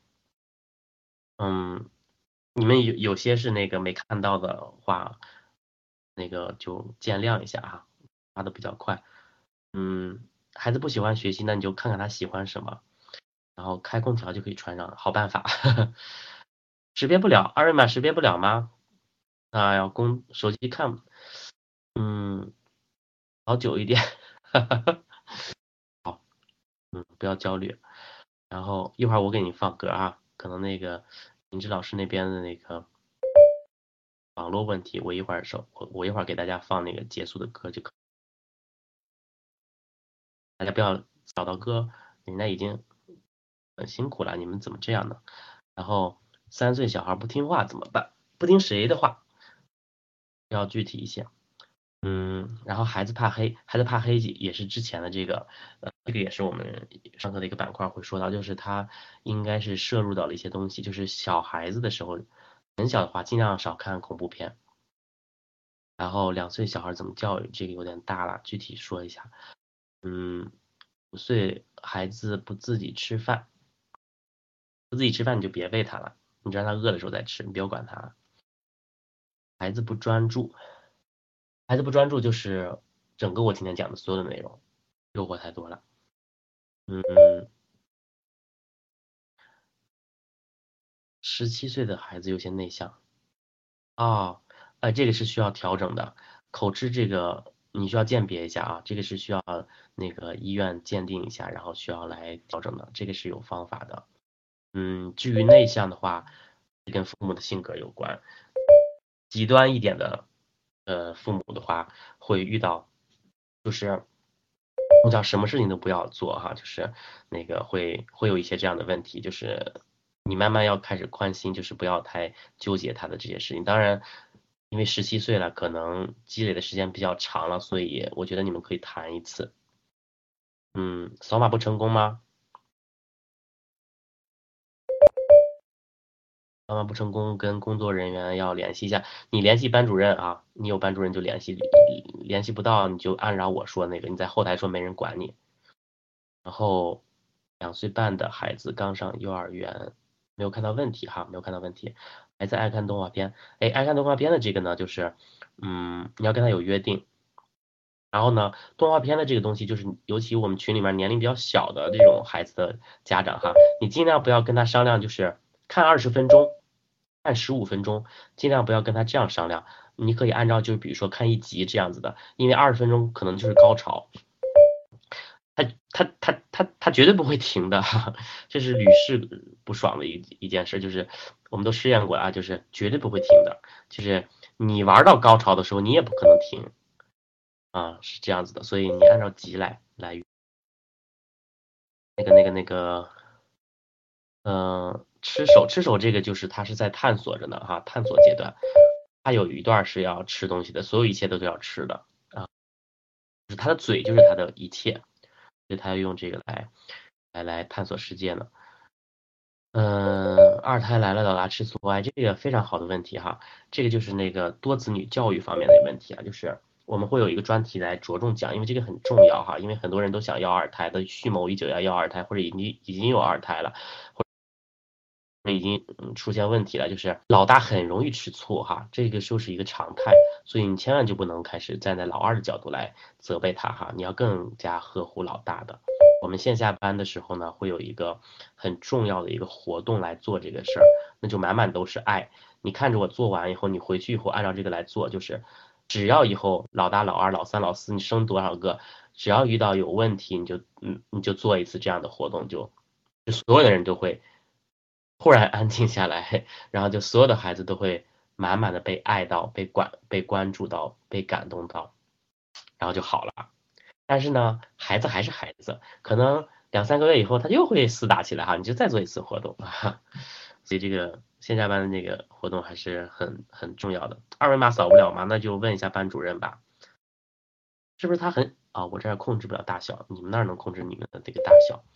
你们有些是那个没看到的话，那个就见谅一下啊，发的比较快。孩子不喜欢学习，那你就看看他喜欢什么，然后开空调就可以穿上，好办法。识别不了，二维码识别不了吗？要手机看，好久一点。不要焦虑，然后一会儿我给你放歌啊，可能那个林芝老师那边的那个网络问题，我一会儿给大家放那个结束的歌就可以，大家不要找到歌，人家已经很辛苦了，你们怎么这样呢？然后3岁小孩不听话怎么办？不听谁的话？要具体一些。然后孩子怕黑也是之前的这个也是我们上课的一个板块会说到，就是他应该是摄入到了一些东西，就是小孩子的时候很小的话尽量少看恐怖片。 然后2岁小孩怎么教育，这个有点大了，具体说一下。5岁孩子不自己吃饭，不自己吃饭你就别喂他了，你就让他饿的时候再吃，你不要管他了。孩子不专注，孩子不专注就是整个我今天讲的所有的内容，诱惑太多了。17岁的孩子有些内向。哦，这个是需要调整的，口吃这个你需要鉴别一下啊，这个是需要那个医院鉴定一下，然后需要来调整的，这个是有方法的。至于内向的话，跟父母的性格有关，极端一点的父母的话会遇到，就是你知道什么事情都不要做哈，就是那个会有一些这样的问题，就是你慢慢要开始宽心，就是不要太纠结他的这些事情。当然，因为17岁了，可能积累的时间比较长了，所以我觉得你们可以谈一次。扫码不成功吗？扫码不成功，跟工作人员要联系一下。你联系班主任啊，你有班主任就联系，联系不到你就按照我说那个，你在后台说没人管你。然后2岁半的孩子刚上幼儿园，没有看到问题哈，没有看到问题。孩子爱看动画片，爱看动画片的这个呢，就是你要跟他有约定。然后呢，动画片的这个东西，就是尤其我们群里面年龄比较小的这种孩子的家长哈，你尽量不要跟他商量，就是看20分钟，看15分钟，尽量不要跟他这样商量。你可以按照就是比如说看一集这样子的，因为20分钟可能就是高潮。他绝对不会停的，这是屡试不爽的一件事，就是我们都试验过啊，就是绝对不会停的，就是你玩到高潮的时候，你也不可能停啊，是这样子的，所以你按照集来那个，吃手这个就是他是在探索着呢哈，探索阶段，他有一段是要吃东西的，所有一切都是要吃的啊，就是他的嘴就是他的一切，所以他要用这个来探索世界呢。二胎来了，老大吃醋，这个非常好的问题哈，这个就是那个多子女教育方面的问题啊，就是我们会有一个专题来着重讲，因为这个很重要哈，因为很多人都想要二胎，都蓄谋已久要二胎，或者已经有二胎了，已经出现问题了，就是老大很容易吃醋哈，这个就是一个常态，所以你千万就不能开始站在老二的角度来责备他哈，你要更加呵护老大的。我们线下班的时候呢，会有一个很重要的一个活动来做这个事儿，那就满满都是爱。你看着我做完以后，你回去以后按照这个来做，就是只要以后老大、老二、老三、老四，你生多少个，只要遇到有问题，你就做一次这样的活动，就所有的人都会忽然安静下来，然后就所有的孩子都会满满的被爱到、被关注到、被感动到，然后就好了。但是呢，孩子还是孩子，可能2、3个月以后他又会厮打起来哈，你就再做一次活动啊。所以这个线下班的那个活动还是很重要的。二维码扫不了吗？那就问一下班主任吧，是不是他我这儿控制不了大小，你们那儿能控制你们的这个大小？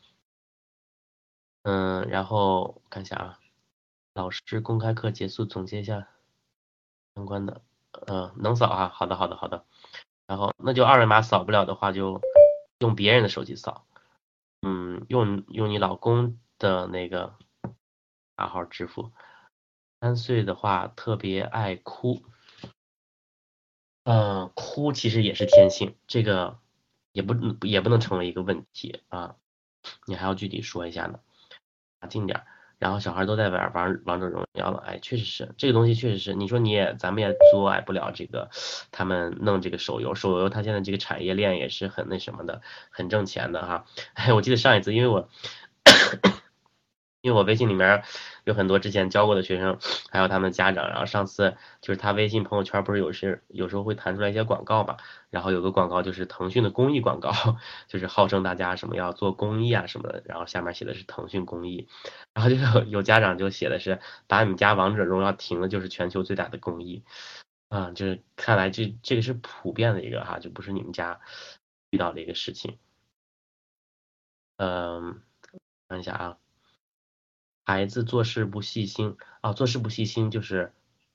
然后看一下啊，老师公开课结束总结一下相关的，能扫啊，好的好的好的。然后那就二维码扫不了的话，就用别人的手机扫。用你老公的那个卡号支付。3岁的话特别爱哭，哭其实也是天性，这个也不能成为一个问题啊，你还要具体说一下呢，打近点儿。然后小孩都在玩王者荣耀了，确实是这个东西，确实是你说咱们也阻碍不了这个他们弄这个手游，它现在这个产业链也是很那什么的，很挣钱的哈。我记得上一次，因为我微信里面有很多之前教过的学生，还有他们家长，然后上次就是他微信朋友圈不是有时候会弹出来一些广告嘛，然后有个广告就是腾讯的公益广告，就是号称大家什么要做公益啊什么的，然后下面写的是腾讯公益，然后就有家长就写的是把你们家王者荣耀停了就是全球最大的公益啊，就是看来这个是普遍的一个哈，就不是你们家遇到的一个事情。看一下啊。孩子做事不细心啊，做事不细心就是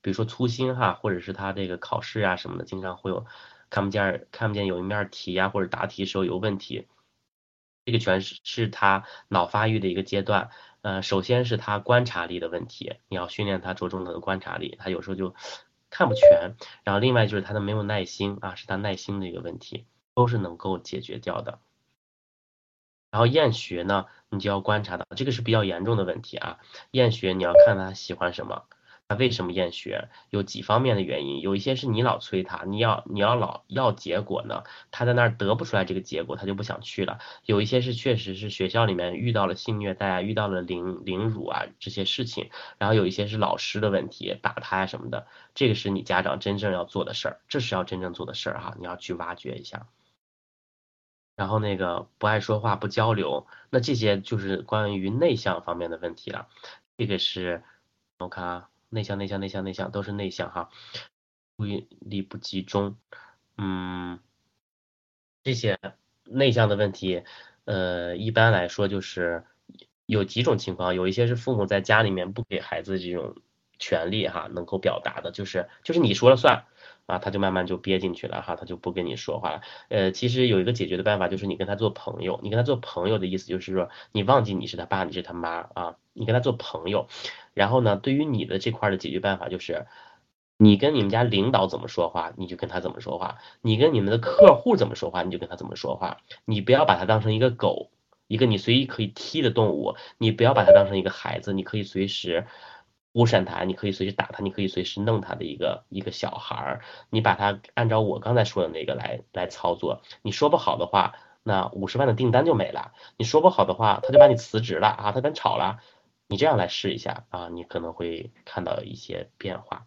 比如说粗心哈，或者是他这个考试啊什么的，经常会有看不见有一面题啊，或者答题时候有问题，这个全是他脑发育的一个阶段。首先是他观察力的问题，你要训练他着重他的观察力，他有时候就看不全。然后另外就是他的没有耐心啊，是他耐心的一个问题，都是能够解决掉的。然后厌学呢，你就要观察到，这个是比较严重的问题啊。厌学你要看他喜欢什么，他为什么厌学，有几方面的原因。有一些是你老催他，你要老要结果呢，他在那儿得不出来这个结果，他就不想去了。有一些是确实是学校里面遇到了性虐待啊，遇到了凌辱啊这些事情，然后有一些是老师的问题，打他呀什么的，这个是你家长真正要做的事儿，这是要真正做的事儿哈，你要去挖掘一下。然后那个不爱说话、不交流，那这些就是关于内向方面的问题了。这个是我看啊，内向都是内向哈，注意力不集中，嗯，这些内向的问题，一般来说就是有几种情况，有一些是父母在家里面不给孩子这种权利哈，能够表达的，就是你说了算。啊，他就慢慢就憋进去了哈，他就不跟你说话了。其实有一个解决的办法，就是你跟他做朋友。你跟他做朋友的意思就是说，你忘记你是他爸，你是他妈啊，你跟他做朋友。然后呢，对于你的这块的解决办法就是，你跟你们家领导怎么说话，你就跟他怎么说话；你跟你们的客户怎么说话，你就跟他怎么说话。你不要把他当成一个狗，一个你随意可以踢的动物。你不要把他当成一个孩子，你可以随时污闪他，你可以随时打他，你可以随时弄他的一个小孩儿。你把他按照我刚才说的那个来操作。你说不好的话，那50万的订单就没了；你说不好的话，他就把你辞职了啊，他跟炒了。你这样来试一下啊，你可能会看到一些变化。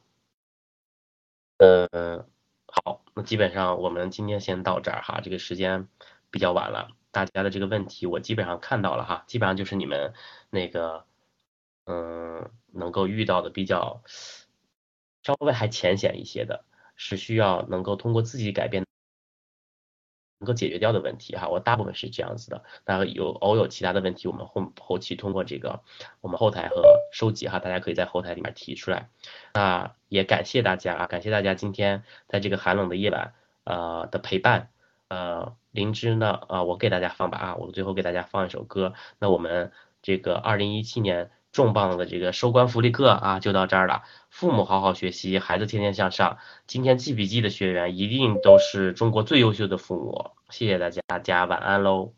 好，那基本上我们今天先到这儿哈，这个时间比较晚了，大家的这个问题我基本上看到了哈，基本上就是你们那个能够遇到的比较稍微还浅显一些的，是需要能够通过自己改变能够解决掉的问题哈，我大部分是这样子的，当然偶有其他的问题，我们后期通过这个我们后台和收集哈，大家可以在后台里面提出来。那也感谢大家啊，感谢大家今天在这个寒冷的夜晚的陪伴。灵芝呢我给大家放吧啊，我最后给大家放一首歌。那我们这个2017年重磅的这个收官福利课啊就到这儿了。父母好好学习，孩子天天向上。今天记笔记的学员一定都是中国最优秀的父母。谢谢大家，大家晚安喽。